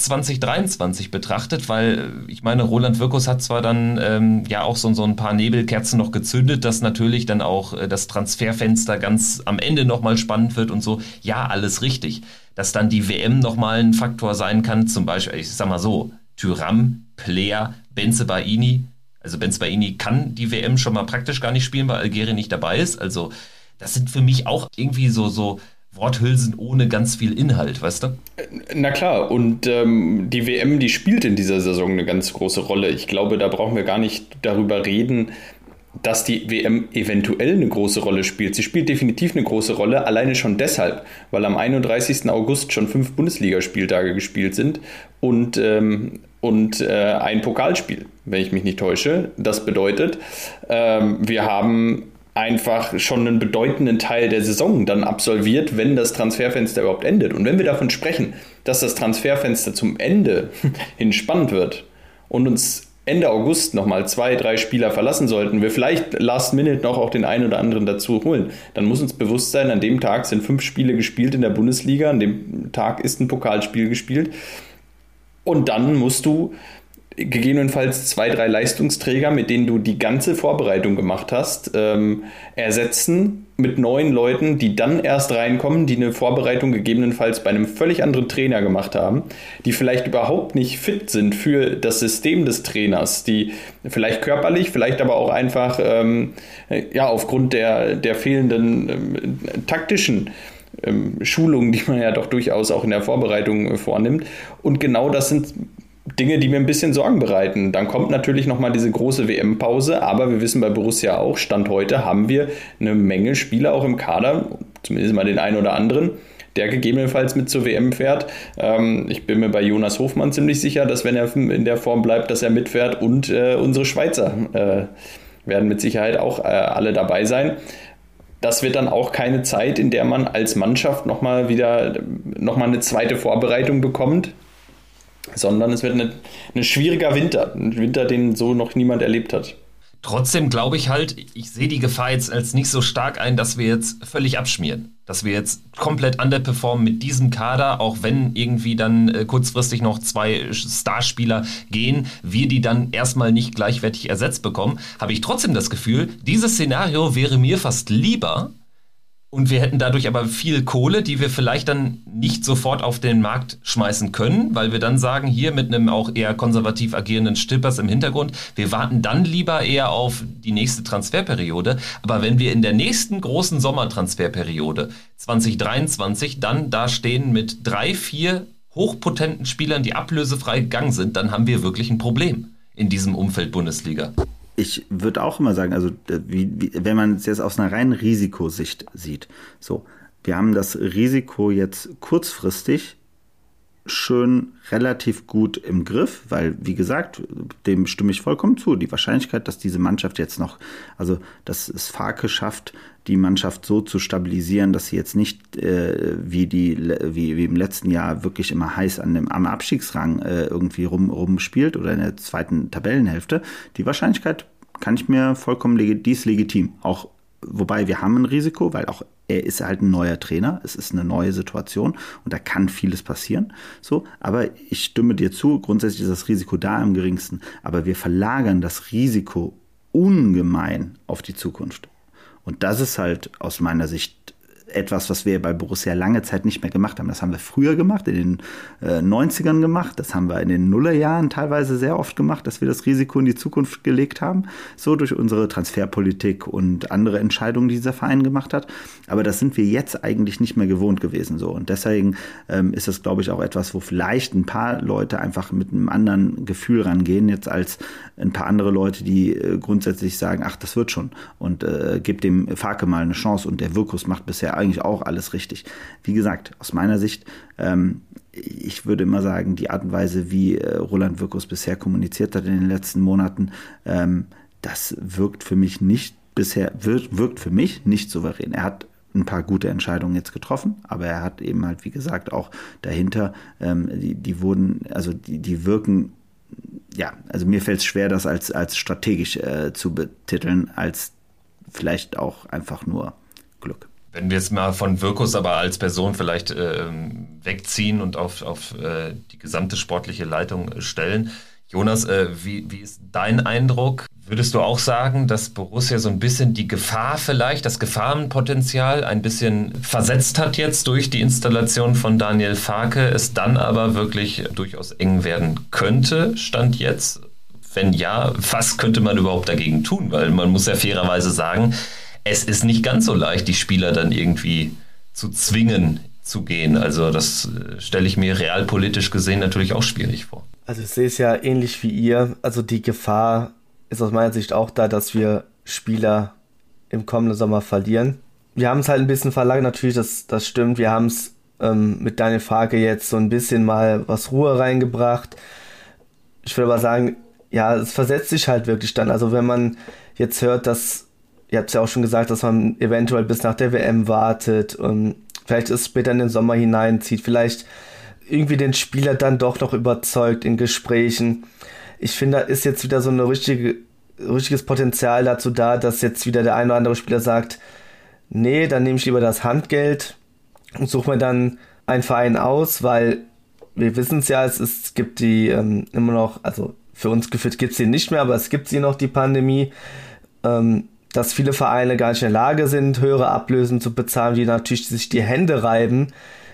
Speaker 2: 2023 betrachtet, weil ich meine, Roland Wirkus hat zwar dann ja auch so ein paar Nebelkerzen noch gezündet, dass natürlich dann auch das Transferfenster ganz am Ende nochmal spannend wird und so. Ja, alles richtig. Dass dann die WM nochmal ein Faktor sein kann, zum Beispiel, ich sag mal so, Thuram, Player, Bensebaini. Also Bensebaini kann die WM schon mal praktisch gar nicht spielen, weil Algerien nicht dabei ist. Also das sind für mich auch irgendwie so Worthülsen ohne ganz viel Inhalt, weißt du?
Speaker 4: Na klar, und die WM, die spielt in dieser Saison eine ganz große Rolle. Ich glaube, da brauchen wir gar nicht darüber reden, dass die WM eventuell eine große Rolle spielt. Sie spielt definitiv eine große Rolle, alleine schon deshalb, weil am 31. August schon 5 Bundesligaspieltage gespielt sind und ein Pokalspiel, wenn ich mich nicht täusche. Das bedeutet, wir haben einfach schon einen bedeutenden Teil der Saison dann absolviert, wenn das Transferfenster überhaupt endet. Und wenn wir davon sprechen, dass das Transferfenster zum Ende hin spannend wird und uns Ende August nochmal 2, 3 Spieler verlassen sollten, wir vielleicht last minute noch auch den einen oder anderen dazu holen, dann muss uns bewusst sein, an dem Tag sind 5 Spiele gespielt in der Bundesliga, an dem Tag ist ein Pokalspiel gespielt und dann musst du gegebenenfalls 2, 3 Leistungsträger, mit denen du die ganze Vorbereitung gemacht hast, ersetzen mit neuen Leuten, die dann erst reinkommen, die eine Vorbereitung gegebenenfalls bei einem völlig anderen Trainer gemacht haben, die vielleicht überhaupt nicht fit sind für das System des Trainers, die vielleicht körperlich, vielleicht aber auch einfach aufgrund der fehlenden taktischen Schulungen, die man ja doch durchaus auch in der Vorbereitung vornimmt. Und genau das sind Dinge, die mir ein bisschen Sorgen bereiten. Dann kommt natürlich nochmal diese große WM-Pause, aber wir wissen bei Borussia auch, Stand heute haben wir eine Menge Spieler auch im Kader, zumindest mal den einen oder anderen, der gegebenenfalls mit zur WM fährt. Ich bin mir bei Jonas Hofmann ziemlich sicher, dass wenn er in der Form bleibt, dass er mitfährt und unsere Schweizer werden mit Sicherheit auch alle dabei sein. Das wird dann auch keine Zeit, in der man als Mannschaft nochmal eine zweite Vorbereitung bekommt, sondern es wird ein schwieriger Winter, ein Winter, den so noch niemand erlebt hat.
Speaker 2: Trotzdem glaube ich halt, ich sehe die Gefahr jetzt als nicht so stark ein, dass wir jetzt völlig abschmieren. Dass wir jetzt komplett underperformen mit diesem Kader, auch wenn irgendwie dann kurzfristig noch 2 Starspieler gehen, wir die dann erstmal nicht gleichwertig ersetzt bekommen, habe ich trotzdem das Gefühl, dieses Szenario wäre mir fast lieber. Und wir hätten dadurch aber viel Kohle, die wir vielleicht dann nicht sofort auf den Markt schmeißen können, weil wir dann sagen, hier mit einem auch eher konservativ agierenden Stippers im Hintergrund, wir warten dann lieber eher auf die nächste Transferperiode. Aber wenn wir in der nächsten großen Sommertransferperiode 2023 dann da stehen mit 3, 4 hochpotenten Spielern, die ablösefrei gegangen sind, dann haben wir wirklich ein Problem in diesem Umfeld Bundesliga.
Speaker 3: Ich würde auch immer sagen, also wenn man es jetzt aus einer reinen Risikosicht sieht, so, wir haben das Risiko jetzt kurzfristig schön relativ gut im Griff, weil, wie gesagt, dem stimme ich vollkommen zu. Die Wahrscheinlichkeit, dass diese Mannschaft jetzt noch, also dass es Farke schafft, die Mannschaft so zu stabilisieren, dass sie jetzt nicht wie im letzten Jahr wirklich immer heiß am Abstiegsrang irgendwie rumspielt oder in der zweiten Tabellenhälfte, die Wahrscheinlichkeit kann ich mir vollkommen, die ist legitim. Auch, wobei wir haben ein Risiko, weil auch er ist halt ein neuer Trainer, es ist eine neue Situation und da kann vieles passieren. So, aber ich stimme dir zu, grundsätzlich ist das Risiko da am geringsten, aber wir verlagern das Risiko ungemein auf die Zukunft. Und das ist halt aus meiner Sicht etwas, was wir bei Borussia lange Zeit nicht mehr gemacht haben. Das haben wir früher gemacht, in den 90ern gemacht, das haben wir in den Nullerjahren teilweise sehr oft gemacht, dass wir das Risiko in die Zukunft gelegt haben, so durch unsere Transferpolitik und andere Entscheidungen, die dieser Verein gemacht hat. Aber das sind wir jetzt eigentlich nicht mehr gewohnt gewesen. So. Und deswegen ist das, glaube ich, auch etwas, wo vielleicht ein paar Leute einfach mit einem anderen Gefühl rangehen, jetzt als ein paar andere Leute, die grundsätzlich sagen, ach, das wird schon und gebt dem Farke mal eine Chance und der Wirkus macht bisher eigentlich auch alles richtig. Wie gesagt, aus meiner Sicht, ich würde immer sagen, die Art und Weise, wie Roland Wirkus bisher kommuniziert hat in den letzten Monaten, das wirkt für mich nicht souverän. Er hat ein paar gute Entscheidungen jetzt getroffen, aber er hat eben halt, wie gesagt, auch dahinter, die wirken, ja, also mir fällt es schwer, das als strategisch zu betiteln, als vielleicht auch einfach nur Glück.
Speaker 2: Wenn wir jetzt mal von Wirkus aber als Person vielleicht wegziehen und auf die gesamte sportliche Leitung stellen. Jonas, wie ist dein Eindruck? Würdest du auch sagen, dass Borussia so ein bisschen die Gefahr vielleicht, das Gefahrenpotenzial ein bisschen versetzt hat jetzt durch die Installation von Daniel Farke, es dann aber wirklich durchaus eng werden könnte, Stand jetzt? Wenn ja, was könnte man überhaupt dagegen tun? Weil man muss ja fairerweise sagen, es ist nicht ganz so leicht, die Spieler dann irgendwie zu zwingen zu gehen. Also das stelle ich mir realpolitisch gesehen natürlich auch schwierig vor.
Speaker 5: Also ich sehe es ja ähnlich wie ihr. Also die Gefahr ist aus meiner Sicht auch da, dass wir Spieler im kommenden Sommer verlieren. Wir haben es halt ein bisschen verlagert, natürlich, das stimmt. Wir haben es mit Daniel Farke jetzt so ein bisschen mal was Ruhe reingebracht. Ich würde aber sagen, ja, es versetzt sich halt wirklich dann. Also wenn man jetzt hört, dass, ihr habt es ja auch schon gesagt, dass man eventuell bis nach der WM wartet und vielleicht es später in den Sommer hineinzieht, vielleicht irgendwie den Spieler dann doch noch überzeugt in Gesprächen. Ich finde, da ist jetzt wieder so ein richtiges Potenzial dazu da, dass jetzt wieder der ein oder andere Spieler sagt, nee, dann nehme ich lieber das Handgeld und suche mir dann einen Verein aus, weil wir wissen es ja, es gibt die immer noch, also für uns gefühlt gibt es sie nicht mehr, aber es gibt sie noch, die Pandemie, dass viele Vereine gar nicht in der Lage sind, höhere Ablösen zu bezahlen, die natürlich sich die Hände reiben,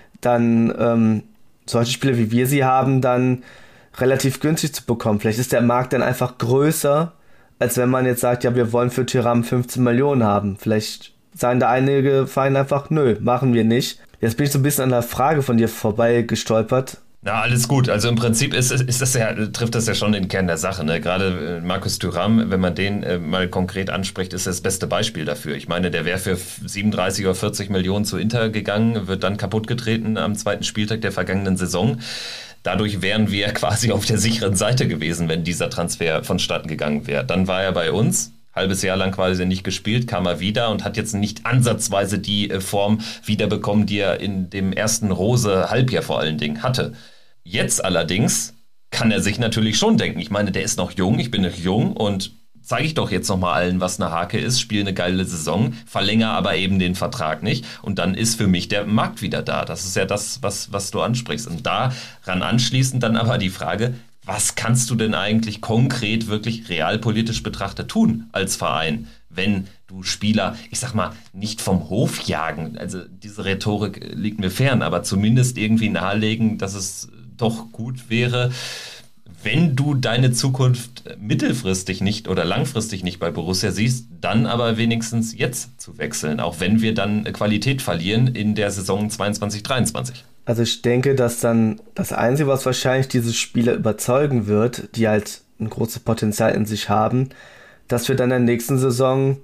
Speaker 5: dann solche Spieler wie wir sie haben, dann relativ günstig zu bekommen. Vielleicht ist der Markt dann einfach größer, als wenn man jetzt sagt, ja, wir wollen für Thuram 15 Millionen haben. Vielleicht sagen da einige Vereine einfach, nö, machen wir nicht. Jetzt bin ich so ein bisschen an der Frage von dir vorbei gestolpert.
Speaker 2: Na, alles gut. Also im Prinzip trifft das ja schon den Kern der Sache. Ne? Gerade Markus Thuram, wenn man den mal konkret anspricht, ist das beste Beispiel dafür. Ich meine, der wäre für 37 oder 40 Millionen zu Inter gegangen, wird dann kaputtgetreten am zweiten Spieltag der vergangenen Saison. Dadurch wären wir quasi auf der sicheren Seite gewesen, wenn dieser Transfer vonstatten gegangen wäre. Dann war er bei uns, halbes Jahr lang quasi nicht gespielt, kam er wieder und hat jetzt nicht ansatzweise die Form wiederbekommen, die er in dem ersten Rose-Halbjahr vor allen Dingen hatte. Jetzt allerdings kann er sich natürlich schon denken, ich meine, der ist noch jung, ich bin noch jung und zeige ich doch jetzt nochmal allen, was eine Hake ist, spiele eine geile Saison, verlängere aber eben den Vertrag nicht und dann ist für mich der Markt wieder da. Das ist ja das, was du ansprichst. Und daran anschließend dann aber die Frage, was kannst du denn eigentlich konkret wirklich realpolitisch betrachtet tun als Verein, wenn du Spieler, ich sag mal, nicht vom Hof jagen, also diese Rhetorik liegt mir fern, aber zumindest irgendwie nahelegen, dass es doch gut wäre, wenn du deine Zukunft mittelfristig nicht oder langfristig nicht bei Borussia siehst, dann aber wenigstens jetzt zu wechseln, auch wenn wir dann Qualität verlieren in der Saison 22/23.
Speaker 5: Also ich denke, dass dann das Einzige, was wahrscheinlich diese Spieler überzeugen wird, die halt ein großes Potenzial in sich haben, dass wir dann in der nächsten Saison,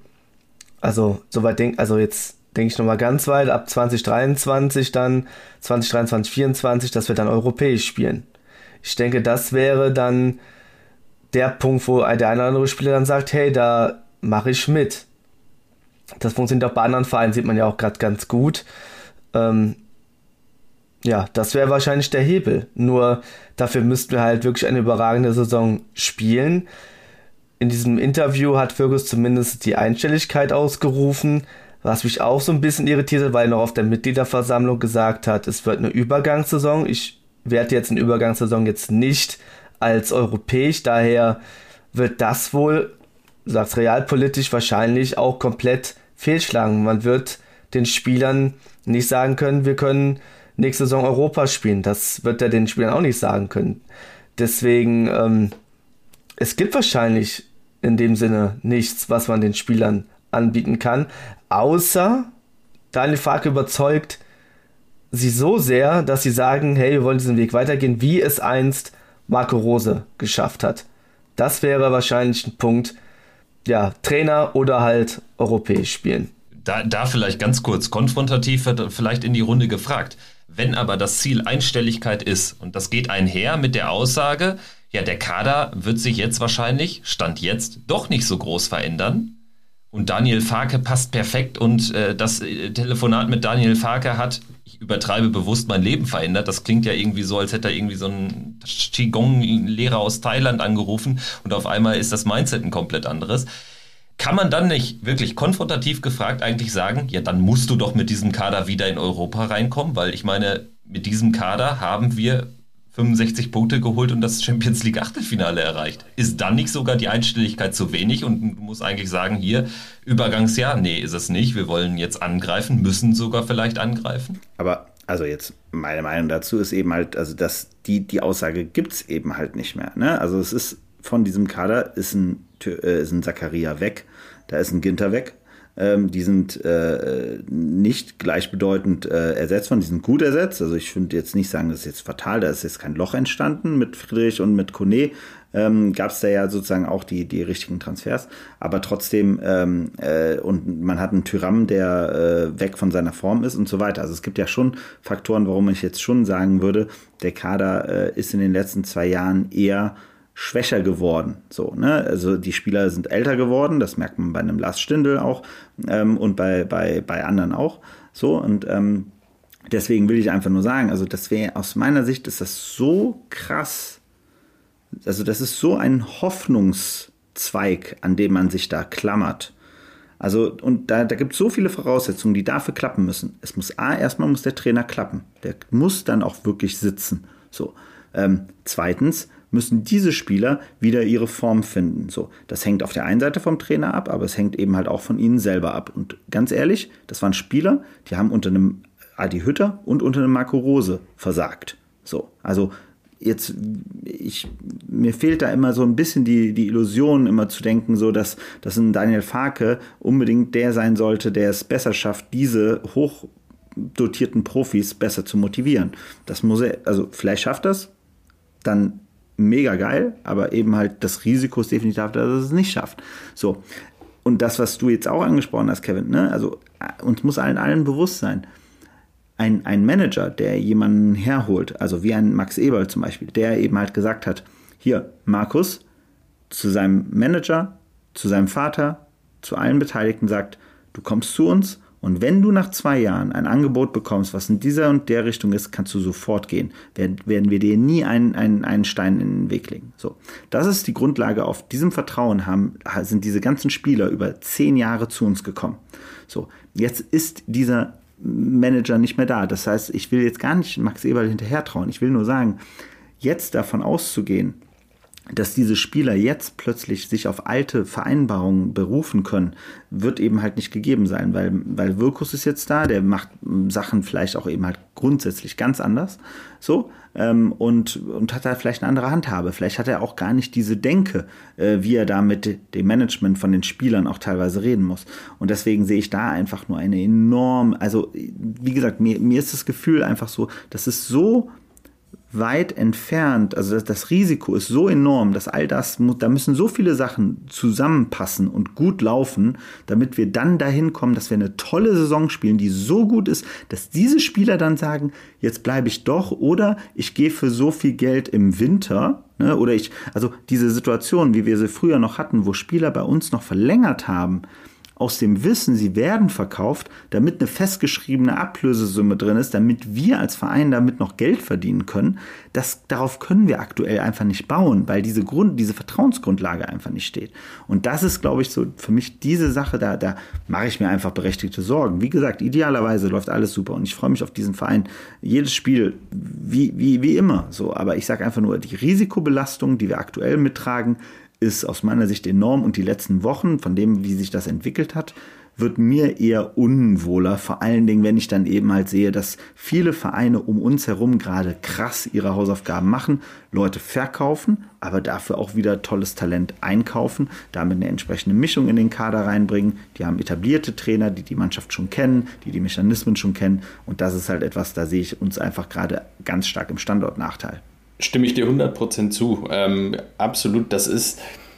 Speaker 5: jetzt denke ich nochmal ganz weit, ab 2023 dann, 2023, 2024, dass wir dann europäisch spielen. Ich denke, das wäre dann der Punkt, wo der eine oder andere Spieler dann sagt, hey, da mache ich mit. Das funktioniert auch bei anderen Vereinen, sieht man ja auch gerade ganz gut. Das wäre wahrscheinlich der Hebel. Nur dafür müssten wir halt wirklich eine überragende Saison spielen. In diesem Interview hat Fergus zumindest die Einstelligkeit ausgerufen, was mich auch so ein bisschen irritiert hat, weil er noch auf der Mitgliederversammlung gesagt hat, es wird eine Übergangssaison. Ich werte jetzt eine Übergangssaison jetzt nicht als europäisch, daher wird das wohl, sag's realpolitisch, wahrscheinlich auch komplett fehlschlagen. Man wird den Spielern nicht sagen können, wir können nächste Saison Europa spielen. Das wird er den Spielern auch nicht sagen können. Deswegen, es gibt wahrscheinlich in dem Sinne nichts, was man den Spielern anbieten kann, außer Daniel Farke überzeugt sie so sehr, dass sie sagen, hey, wir wollen diesen Weg weitergehen, wie es einst Marco Rose geschafft hat. Das wäre wahrscheinlich ein Punkt, Trainer oder halt europäisch spielen.
Speaker 2: Da vielleicht ganz kurz konfrontativ wird vielleicht in die Runde gefragt. Wenn aber das Ziel Einstelligkeit ist und das geht einher mit der Aussage, der Kader wird sich jetzt wahrscheinlich, Stand jetzt, doch nicht so groß verändern und Daniel Farke passt perfekt und das Telefonat mit Daniel Farke hat, ich übertreibe bewusst, mein Leben verändert. Das klingt ja irgendwie so, als hätte er irgendwie so einen Qigong-Lehrer aus Thailand angerufen und auf einmal ist das Mindset ein komplett anderes. Kann man dann nicht wirklich konfrontativ gefragt eigentlich sagen, dann musst du doch mit diesem Kader wieder in Europa reinkommen, weil ich meine, mit diesem Kader haben wir 65 Punkte geholt und das Champions League Achtelfinale erreicht. Ist dann nicht sogar die Einstelligkeit zu wenig und du musst eigentlich sagen, hier, Übergangsjahr, nee, ist es nicht, wir wollen jetzt angreifen, müssen sogar vielleicht angreifen?
Speaker 3: Aber, also jetzt, meine Meinung dazu ist eben halt, also dass die Aussage gibt es eben halt nicht mehr, ne? Also es ist, von diesem Kader ist ein Zakaria weg, da ist ein Ginter weg. Die sind nicht gleichbedeutend ersetzt worden, die sind gut ersetzt. Also ich würde jetzt nicht sagen, das ist jetzt fatal, da ist jetzt kein Loch entstanden mit Friedrich und mit Kone. Gab es da ja sozusagen auch die richtigen Transfers. Aber trotzdem, und man hat einen Thuram, der weg von seiner Form ist und so weiter. Also es gibt ja schon Faktoren, warum ich jetzt schon sagen würde, der Kader ist in den letzten 2 Jahren eher schwächer geworden, so, ne? Also die Spieler sind älter geworden, das merkt man bei einem Lars Stindl auch und bei anderen auch, so, und deswegen will ich einfach nur sagen, also das wäre, aus meiner Sicht ist das so krass, also das ist so ein Hoffnungszweig, an dem man sich da klammert. Also, und da gibt es so viele Voraussetzungen, die dafür klappen müssen. Es muss erstmal muss der Trainer klappen, der muss dann auch wirklich sitzen, so. Zweitens müssen diese Spieler wieder ihre Form finden. So, das hängt auf der einen Seite vom Trainer ab, aber es hängt eben halt auch von ihnen selber ab. Und ganz ehrlich, das waren Spieler, die haben unter einem Adi Hütter und unter einem Marco Rose versagt. So, also jetzt, mir fehlt da immer so ein bisschen die Illusion, immer zu denken, so dass ein Daniel Farke unbedingt der sein sollte, der es besser schafft, diese hochdotierten Profis besser zu motivieren. Das muss er, also vielleicht schafft das, dann mega geil, aber eben halt das Risiko ist definitiv, dass es nicht schafft. So. Und das, was du jetzt auch angesprochen hast, Kevin, ne? Also uns muss allen bewusst sein, ein Manager, der jemanden herholt, also wie ein Max Eberl zum Beispiel, der eben halt gesagt hat, hier, Markus, zu seinem Manager, zu seinem Vater, zu allen Beteiligten sagt, du kommst zu uns Und wenn du nach 2 Jahren ein Angebot bekommst, was in dieser und der Richtung ist, kannst du sofort gehen. Werden wir dir nie einen Stein in den Weg legen. So, das ist die Grundlage. Auf diesem Vertrauen sind diese ganzen Spieler über 10 Jahre zu uns gekommen. So, jetzt ist dieser Manager nicht mehr da. Das heißt, ich will jetzt gar nicht Max Eberl hinterher trauen. Ich will nur sagen, jetzt davon auszugehen, dass diese Spieler jetzt plötzlich sich auf alte Vereinbarungen berufen können, wird eben halt nicht gegeben sein, weil Wirkus ist jetzt da, der macht Sachen vielleicht auch eben halt grundsätzlich ganz anders, so, und hat da vielleicht eine andere Handhabe. Vielleicht hat er auch gar nicht diese Denke, wie er da mit dem Management von den Spielern auch teilweise reden muss. Und deswegen sehe ich da einfach nur eine also wie gesagt, mir ist das Gefühl einfach so, das ist so weit entfernt, also das Risiko ist so enorm, dass all das, da müssen so viele Sachen zusammenpassen und gut laufen, damit wir dann dahin kommen, dass wir eine tolle Saison spielen, die so gut ist, dass diese Spieler dann sagen, jetzt bleibe ich doch, oder ich gehe für so viel Geld im Winter, ne, oder also diese Situation, wie wir sie früher noch hatten, wo Spieler bei uns noch verlängert haben, aus dem Wissen, sie werden verkauft, damit eine festgeschriebene Ablösesumme drin ist, damit wir als Verein damit noch Geld verdienen können, darauf können wir aktuell einfach nicht bauen, weil diese Vertrauensgrundlage einfach nicht steht. Und das ist, glaube ich, so für mich diese Sache, da mache ich mir einfach berechtigte Sorgen. Wie gesagt, idealerweise läuft alles super und ich freue mich auf diesen Verein. Jedes Spiel wie immer so, aber ich sage einfach nur, die Risikobelastung, die wir aktuell mittragen, ist aus meiner Sicht enorm und die letzten Wochen, von dem, wie sich das entwickelt hat, wird mir eher unwohler, vor allen Dingen, wenn ich dann eben halt sehe, dass viele Vereine um uns herum gerade krass ihre Hausaufgaben machen, Leute verkaufen, aber dafür auch wieder tolles Talent einkaufen, damit eine entsprechende Mischung in den Kader reinbringen. Die haben etablierte Trainer, die die Mannschaft schon kennen, die Mechanismen schon kennen, und das ist halt etwas, da sehe ich uns einfach gerade ganz stark im Standortnachteil.
Speaker 4: Stimme ich dir 100% zu. Absolut, das ist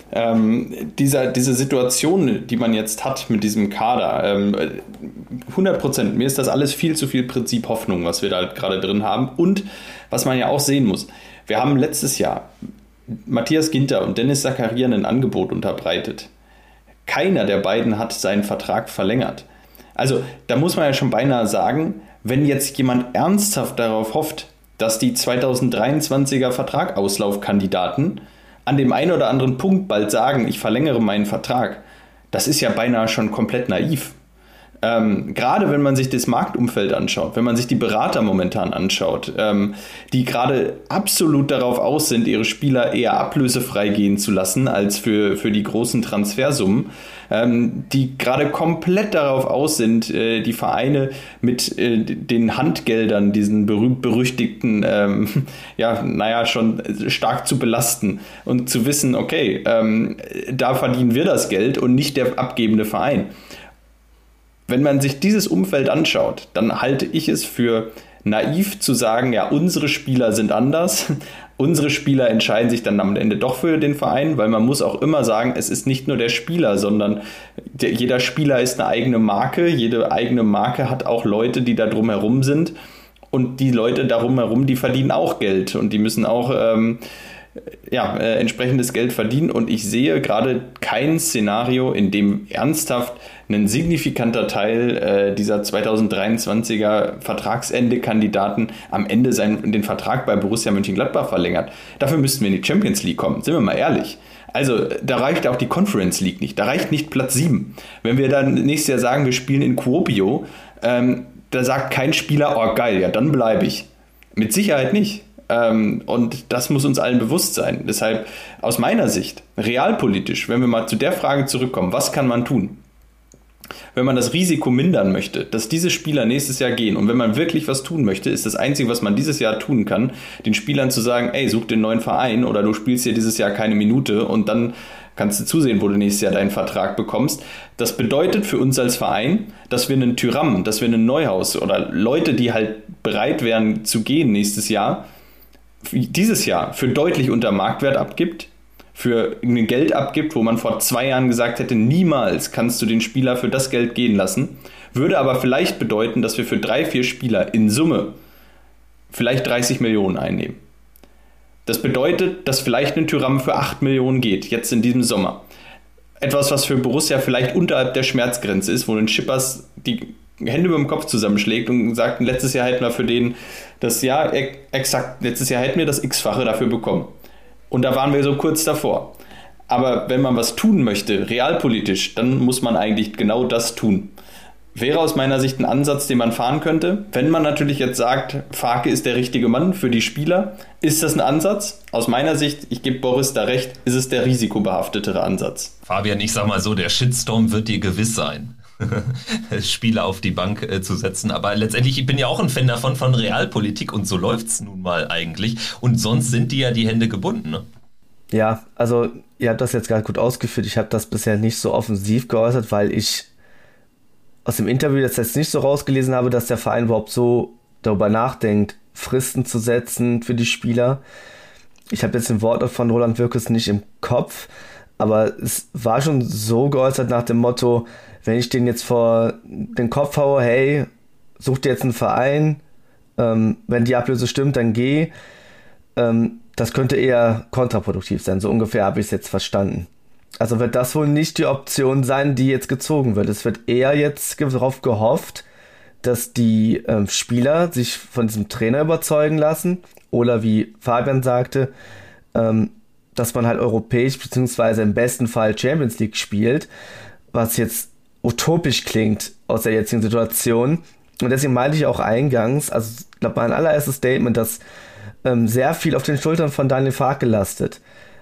Speaker 4: diese Situation, die man jetzt hat mit diesem Kader. 100%, mir ist das alles viel zu viel Prinzip Hoffnung, was wir da gerade drin haben. Und was man ja auch sehen muss, wir haben letztes Jahr Matthias Ginter und Dennis Zakaria ein Angebot unterbreitet. Keiner der beiden hat seinen Vertrag verlängert. Also da muss man ja schon beinahe sagen, wenn jetzt jemand ernsthaft darauf hofft, dass die 2023er Vertragauslaufkandidaten an dem einen oder anderen Punkt bald sagen, ich verlängere meinen Vertrag, das ist ja beinahe schon komplett naiv. Gerade wenn man sich das Marktumfeld anschaut, wenn man sich die Berater momentan anschaut, die gerade absolut darauf aus sind, ihre Spieler eher ablösefrei gehen zu lassen, als für die großen Transfersummen, die gerade komplett darauf aus sind, die Vereine mit den Handgeldern, diesen berühmt-berüchtigten, schon stark zu belasten und zu wissen, okay, da verdienen wir das Geld und nicht der abgebende Verein. Wenn man sich dieses Umfeld anschaut, dann halte ich es für naiv zu sagen, ja, unsere Spieler sind anders. Unsere Spieler entscheiden sich dann am Ende doch für den Verein, weil man muss auch immer sagen, es ist nicht nur der Spieler, sondern jeder Spieler ist eine eigene Marke. Jede eigene Marke hat auch Leute, die da drumherum sind. Und die Leute darum herum, die verdienen auch Geld und die müssen auch entsprechendes Geld verdienen. Und ich sehe gerade kein Szenario, in dem ernsthaft ein signifikanter Teil dieser 2023er Vertragsende-Kandidaten am Ende den Vertrag bei Borussia Mönchengladbach verlängert. Dafür müssten wir in die Champions League kommen, sind wir mal ehrlich. Also da reicht auch die Conference League nicht, da reicht nicht Platz 7. Wenn wir dann nächstes Jahr sagen, wir spielen in Kuopio, da sagt kein Spieler, oh geil, ja dann bleibe ich. Mit Sicherheit nicht. Und das muss uns allen bewusst sein. Deshalb aus meiner Sicht, realpolitisch, wenn wir mal zu der Frage zurückkommen, was kann man tun? Wenn man das Risiko mindern möchte, dass diese Spieler nächstes Jahr gehen und wenn man wirklich was tun möchte, ist das Einzige, was man dieses Jahr tun kann, den Spielern zu sagen, ey, such den neuen Verein oder du spielst hier dieses Jahr keine Minute und dann kannst du zusehen, wo du nächstes Jahr deinen Vertrag bekommst. Das bedeutet für uns als Verein, dass wir einen Thuram, dass wir einen Neuhaus oder Leute, die halt bereit wären zu gehen nächstes Jahr, dieses Jahr für deutlich unter Marktwert abgibt, für ein Geld abgibt, wo man vor 2 Jahren gesagt hätte, niemals kannst du den Spieler für das Geld gehen lassen, würde aber vielleicht bedeuten, dass wir für 3-4 Spieler in Summe vielleicht 30 Millionen einnehmen. Das bedeutet, dass vielleicht ein Thuram für 8 Millionen geht, jetzt in diesem Sommer. Etwas, was für Borussia vielleicht unterhalb der Schmerzgrenze ist, wo ein Schippers die Hände über dem Kopf zusammenschlägt und sagt, letztes Jahr hätten wir für den das Jahr exakt, letztes Jahr hätten wir das X-fache dafür bekommen. Und da waren wir so kurz davor. Aber wenn man was tun möchte, realpolitisch, dann muss man eigentlich genau das tun. Wäre aus meiner Sicht ein Ansatz, den man fahren könnte. Wenn man natürlich jetzt sagt, Farke ist der richtige Mann für die Spieler, ist das ein Ansatz? Aus meiner Sicht, ich gebe Boris da recht, ist es der risikobehaftetere Ansatz.
Speaker 2: Fabian, ich sag mal so, der Shitstorm wird dir gewiss sein. Spieler auf die Bank zu setzen, aber letztendlich, ich bin ja auch ein Fan davon, von Realpolitik, und so läuft's nun mal eigentlich, und sonst sind die ja die Hände gebunden, ne?
Speaker 5: Ja, also ihr habt das jetzt gerade gut ausgeführt, ich habe das bisher nicht so offensiv geäußert, weil ich aus dem Interview jetzt nicht so rausgelesen habe, dass der Verein überhaupt so darüber nachdenkt, Fristen zu setzen für die Spieler. Ich habe jetzt den Wortlaut von Roland Wirkus nicht im Kopf, aber es war schon so geäußert nach dem Motto, wenn ich den jetzt vor den Kopf haue, hey, such dir jetzt einen Verein, wenn die Ablöse stimmt, dann geh. Das könnte eher kontraproduktiv sein, so ungefähr habe ich es jetzt verstanden. Also wird das wohl nicht die Option sein, die jetzt gezogen wird. Es wird eher jetzt darauf gehofft, dass die Spieler sich von diesem Trainer überzeugen lassen oder wie Fabian sagte, dass man halt europäisch beziehungsweise im besten Fall Champions League spielt, was jetzt utopisch klingt aus der jetzigen Situation. Und deswegen meinte ich auch eingangs, also ich glaube mein allererstes Statement, dass sehr viel auf den Schultern von Daniel Farke lastet.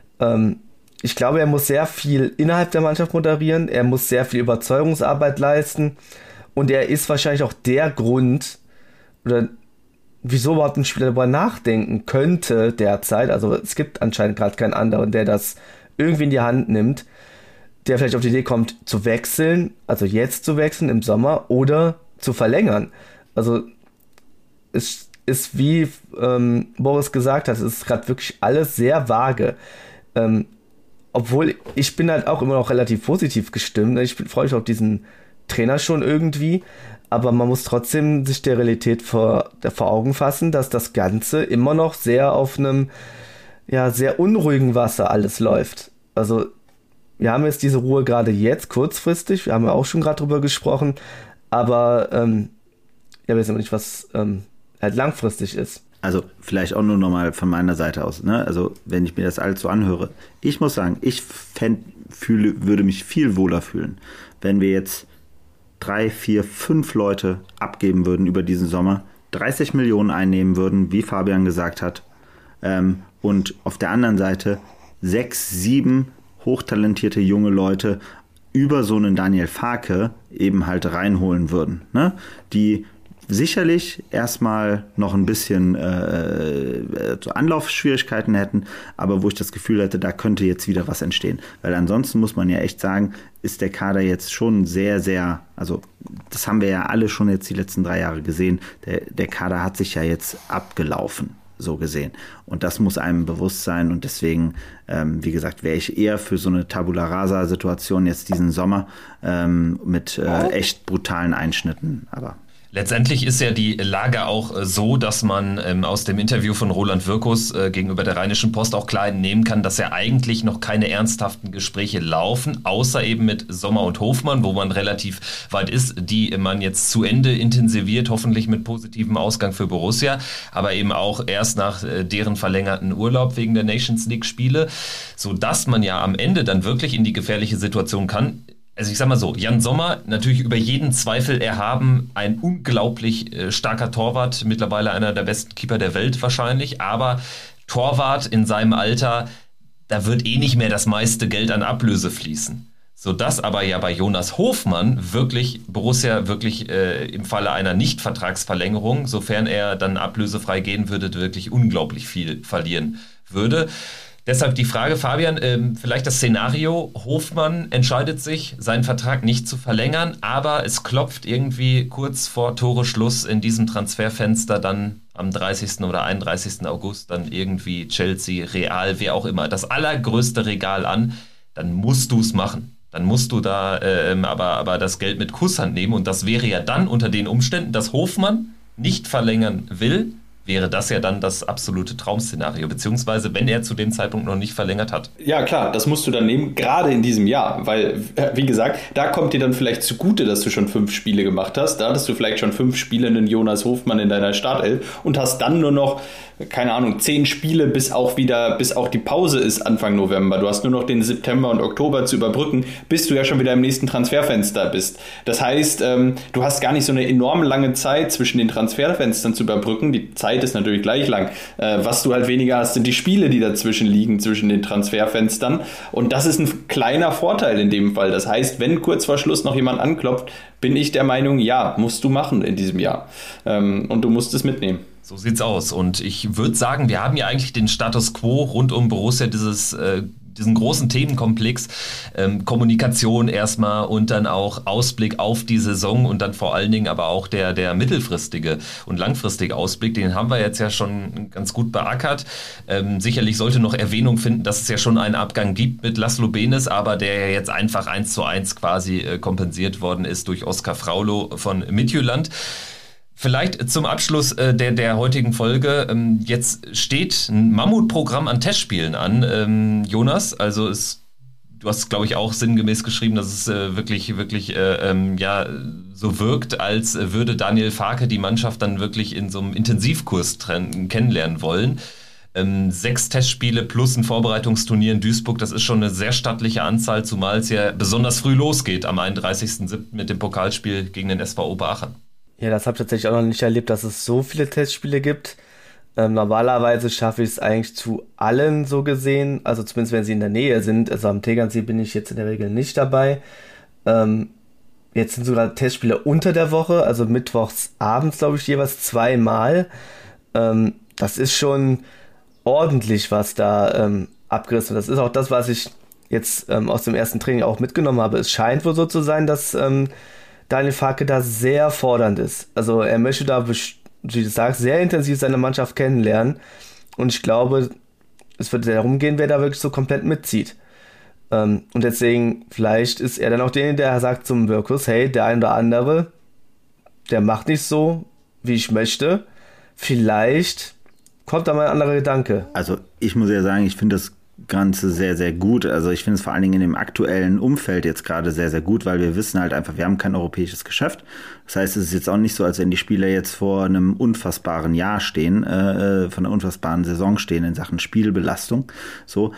Speaker 5: Ich glaube, er muss sehr viel innerhalb der Mannschaft moderieren, er muss sehr viel Überzeugungsarbeit leisten und er ist wahrscheinlich auch der Grund, oder wieso überhaupt ein Spieler darüber nachdenken könnte derzeit, also es gibt anscheinend gerade keinen anderen, der das irgendwie in die Hand nimmt, der vielleicht auf die Idee kommt, zu wechseln, also jetzt zu wechseln im Sommer oder zu verlängern. Also es ist, wie Boris gesagt hat, es ist gerade wirklich alles sehr vage. Obwohl, ich bin halt auch immer noch relativ positiv gestimmt. Ich freue mich auf diesen Trainer schon irgendwie, aber man muss trotzdem sich der Realität vor Augen fassen, dass das Ganze immer noch sehr auf einem sehr unruhigen Wasser alles läuft. Also wir haben jetzt diese Ruhe gerade jetzt, kurzfristig, wir haben ja auch schon gerade drüber gesprochen, aber wir wissen nicht, was halt langfristig ist.
Speaker 3: Also vielleicht auch nur nochmal von meiner Seite aus, ne? Also wenn ich mir das alles so anhöre, ich muss sagen, ich würde mich viel wohler fühlen, wenn wir jetzt 3, 4, 5 Leute abgeben würden über diesen Sommer, 30 Millionen einnehmen würden, wie Fabian gesagt hat, und auf der anderen Seite 6, 7 hochtalentierte junge Leute über so einen Daniel Farke eben halt reinholen würden, ne? Die sicherlich erstmal noch ein bisschen Anlaufschwierigkeiten hätten, aber wo ich das Gefühl hätte, da könnte jetzt wieder was entstehen. Weil ansonsten muss man ja echt sagen, ist der Kader jetzt schon sehr, sehr, also das haben wir ja alle schon jetzt die letzten 3 Jahre gesehen, der Kader hat sich ja jetzt abgelaufen, so gesehen. Und das muss einem bewusst sein und deswegen, wie gesagt, wäre ich eher für so eine Tabula Rasa-Situation jetzt diesen Sommer mit echt brutalen Einschnitten, aber
Speaker 2: letztendlich ist ja die Lage auch so, dass man aus dem Interview von Roland Wirkus gegenüber der Rheinischen Post auch klar entnehmen kann, dass ja eigentlich noch keine ernsthaften Gespräche laufen, außer eben mit Sommer und Hofmann, wo man relativ weit ist, die man jetzt zu Ende intensiviert, hoffentlich mit positivem Ausgang für Borussia, aber eben auch erst nach deren verlängerten Urlaub wegen der Nations League Spiele, sodass man ja am Ende dann wirklich in die gefährliche Situation kann. Also ich sag mal so, Jan Sommer, natürlich über jeden Zweifel erhaben, ein unglaublich starker Torwart, mittlerweile einer der besten Keeper der Welt wahrscheinlich, aber Torwart in seinem Alter, da wird eh nicht mehr das meiste Geld an Ablöse fließen. Sodass aber ja bei Jonas Hofmann Borussia wirklich im Falle einer Nicht-Vertragsverlängerung, sofern er dann ablösefrei gehen würde, wirklich unglaublich viel verlieren würde. Deshalb die Frage, Fabian, vielleicht das Szenario, Hofmann entscheidet sich, seinen Vertrag nicht zu verlängern, aber es klopft irgendwie kurz vor Toreschluss in diesem Transferfenster dann am 30. oder 31. August dann irgendwie Chelsea, Real, wer auch immer, das allergrößte Regal an, dann musst du es machen. Dann musst du da aber das Geld mit Kusshand nehmen und das wäre ja dann unter den Umständen, dass Hofmann nicht verlängern will, wäre das ja dann das absolute Traum-Szenario, beziehungsweise wenn er zu dem Zeitpunkt noch nicht verlängert hat.
Speaker 4: Ja klar, das musst du dann nehmen, gerade in diesem Jahr, weil, wie gesagt, da kommt dir dann vielleicht zugute, dass du schon 5 Spiele gemacht hast, da hattest du vielleicht schon 5 Spiele einen Jonas Hofmann in deiner Startelf und hast dann nur noch, keine Ahnung, 10 Spiele, bis auch die Pause ist Anfang November. Du hast nur noch den September und Oktober zu überbrücken, bis du ja schon wieder im nächsten Transferfenster bist. Das heißt, du hast gar nicht so eine enorm lange Zeit zwischen den Transferfenstern zu überbrücken. Die Zeit ist natürlich gleich lang. Was du halt weniger hast, sind die Spiele, die dazwischen liegen, zwischen den Transferfenstern. Und das ist ein kleiner Vorteil in dem Fall. Das heißt, wenn kurz vor Schluss noch jemand anklopft, bin ich der Meinung, ja, musst du machen in diesem Jahr. Und du musst es mitnehmen.
Speaker 2: So sieht's aus. Und ich würde sagen, wir haben ja eigentlich den Status quo rund um Borussia, diesen großen Themenkomplex, Kommunikation erstmal und dann auch Ausblick auf die Saison und dann vor allen Dingen aber auch der mittelfristige und langfristige Ausblick, den haben wir jetzt ja schon ganz gut beackert. Sicherlich sollte noch Erwähnung finden, dass es ja schon einen Abgang gibt mit Laszlo Benes, aber der ja jetzt einfach 1:1 quasi kompensiert worden ist durch Oskar Fraulo von Midtjylland. Vielleicht zum Abschluss der heutigen Folge. Jetzt steht ein Mammutprogramm an Testspielen an, Jonas. Also du hast, glaube ich, auch sinngemäß geschrieben, dass es wirklich so wirkt, als würde Daniel Farke die Mannschaft dann wirklich in so einem Intensivkurs kennenlernen wollen. 6 Testspiele plus ein Vorbereitungsturnier in Duisburg, das ist schon eine sehr stattliche Anzahl, zumal es ja besonders früh losgeht am 31.07. mit dem Pokalspiel gegen den SV Oberachern. Ja,
Speaker 5: das habe ich tatsächlich auch noch nicht erlebt, dass es so viele Testspiele gibt. Normalerweise schaffe ich es eigentlich zu allen so gesehen, also zumindest wenn sie in der Nähe sind. Also am Tegernsee bin ich jetzt in der Regel nicht dabei. Jetzt sind sogar Testspiele unter der Woche, also mittwochs abends, glaube ich, jeweils 2-mal. Das ist schon ordentlich, was da abgerissen wird. Das ist auch das, was ich jetzt aus dem ersten Training auch mitgenommen habe. Es scheint wohl so zu sein, dass Daniel Farke da sehr fordernd ist. Also er möchte da, wie du sagst, sehr intensiv seine Mannschaft kennenlernen. Und ich glaube, es wird darum gehen, wer da wirklich so komplett mitzieht. Und deswegen, vielleicht ist er dann auch derjenige, der sagt zum Wirkus, hey, der ein oder andere, der macht nicht so, wie ich möchte. Vielleicht kommt da mal ein anderer Gedanke.
Speaker 3: Also ich muss ja sagen, ich finde das Ganze sehr, sehr gut. Also ich finde es vor allen Dingen in dem aktuellen Umfeld jetzt gerade sehr, sehr gut, weil wir wissen halt einfach, wir haben kein europäisches Geschäft. Das heißt, es ist jetzt auch nicht so, als wenn die Spieler jetzt vor einem unfassbaren Jahr stehen, von einer unfassbaren Saison stehen in Sachen Spielbelastung. So,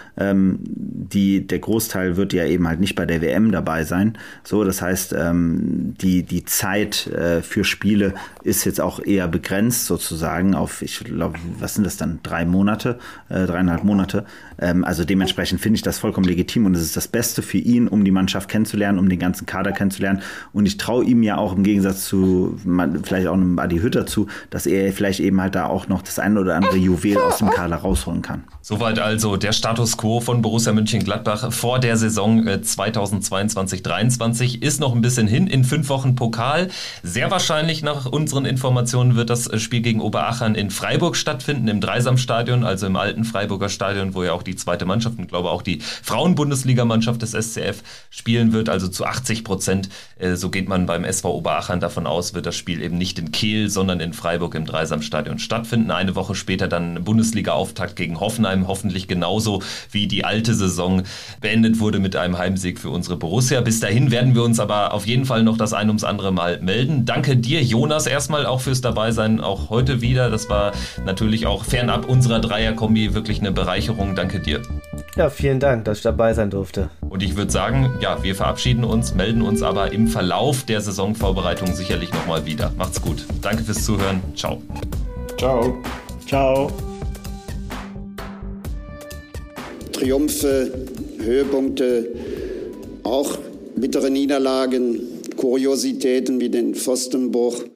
Speaker 3: der Großteil wird ja eben halt nicht bei der WM dabei sein. So, das heißt, die Zeit für Spiele ist jetzt auch eher begrenzt sozusagen auf, ich glaube, was sind das dann, 3,5 Monate. Also dementsprechend finde ich das vollkommen legitim und es ist das Beste für ihn, um die Mannschaft kennenzulernen, um den ganzen Kader kennenzulernen. Und ich traue ihm ja auch im Gegensatz zu vielleicht auch einem Adi Hütter zu, dass er vielleicht eben halt da auch noch das eine oder andere Juwel aus dem Kader rausholen kann.
Speaker 2: Soweit also der Status quo von Borussia Mönchengladbach vor der Saison 2022/23. Ist noch ein bisschen hin, in 5 Wochen Pokal. Sehr wahrscheinlich nach unseren Informationen wird das Spiel gegen Oberachern in Freiburg stattfinden, im Dreisamstadion, also im alten Freiburger Stadion, wo ja auch die zweite Mannschaft und glaube auch die Frauen-Bundesligamannschaft des SCF spielen wird, also zu 80%. So geht man beim SV Oberachern davon aus, wird das Spiel eben nicht in Kehl, sondern in Freiburg im Dreisamstadion stattfinden. Eine Woche später dann Bundesliga-Auftakt gegen Hoffenheim, hoffentlich genauso wie die alte Saison beendet wurde mit einem Heimsieg für unsere Borussia. Bis dahin werden wir uns aber auf jeden Fall noch das ein ums andere Mal melden. Danke dir, Jonas, erstmal auch fürs Dabeisein, auch heute wieder. Das war natürlich auch fernab unserer Dreierkombi wirklich eine Bereicherung. Danke dir.
Speaker 5: Ja, vielen Dank, dass ich dabei sein durfte.
Speaker 2: Und ich würde sagen, ja, wir verabschieden uns, melden uns aber im Verlauf der Saisonvorbereitung sicherlich nochmal wieder. Macht's gut. Danke fürs Zuhören. Ciao.
Speaker 4: Ciao.
Speaker 3: Ciao.
Speaker 1: Triumphe, Höhepunkte, auch bittere Niederlagen, Kuriositäten wie den Pfostenbruch.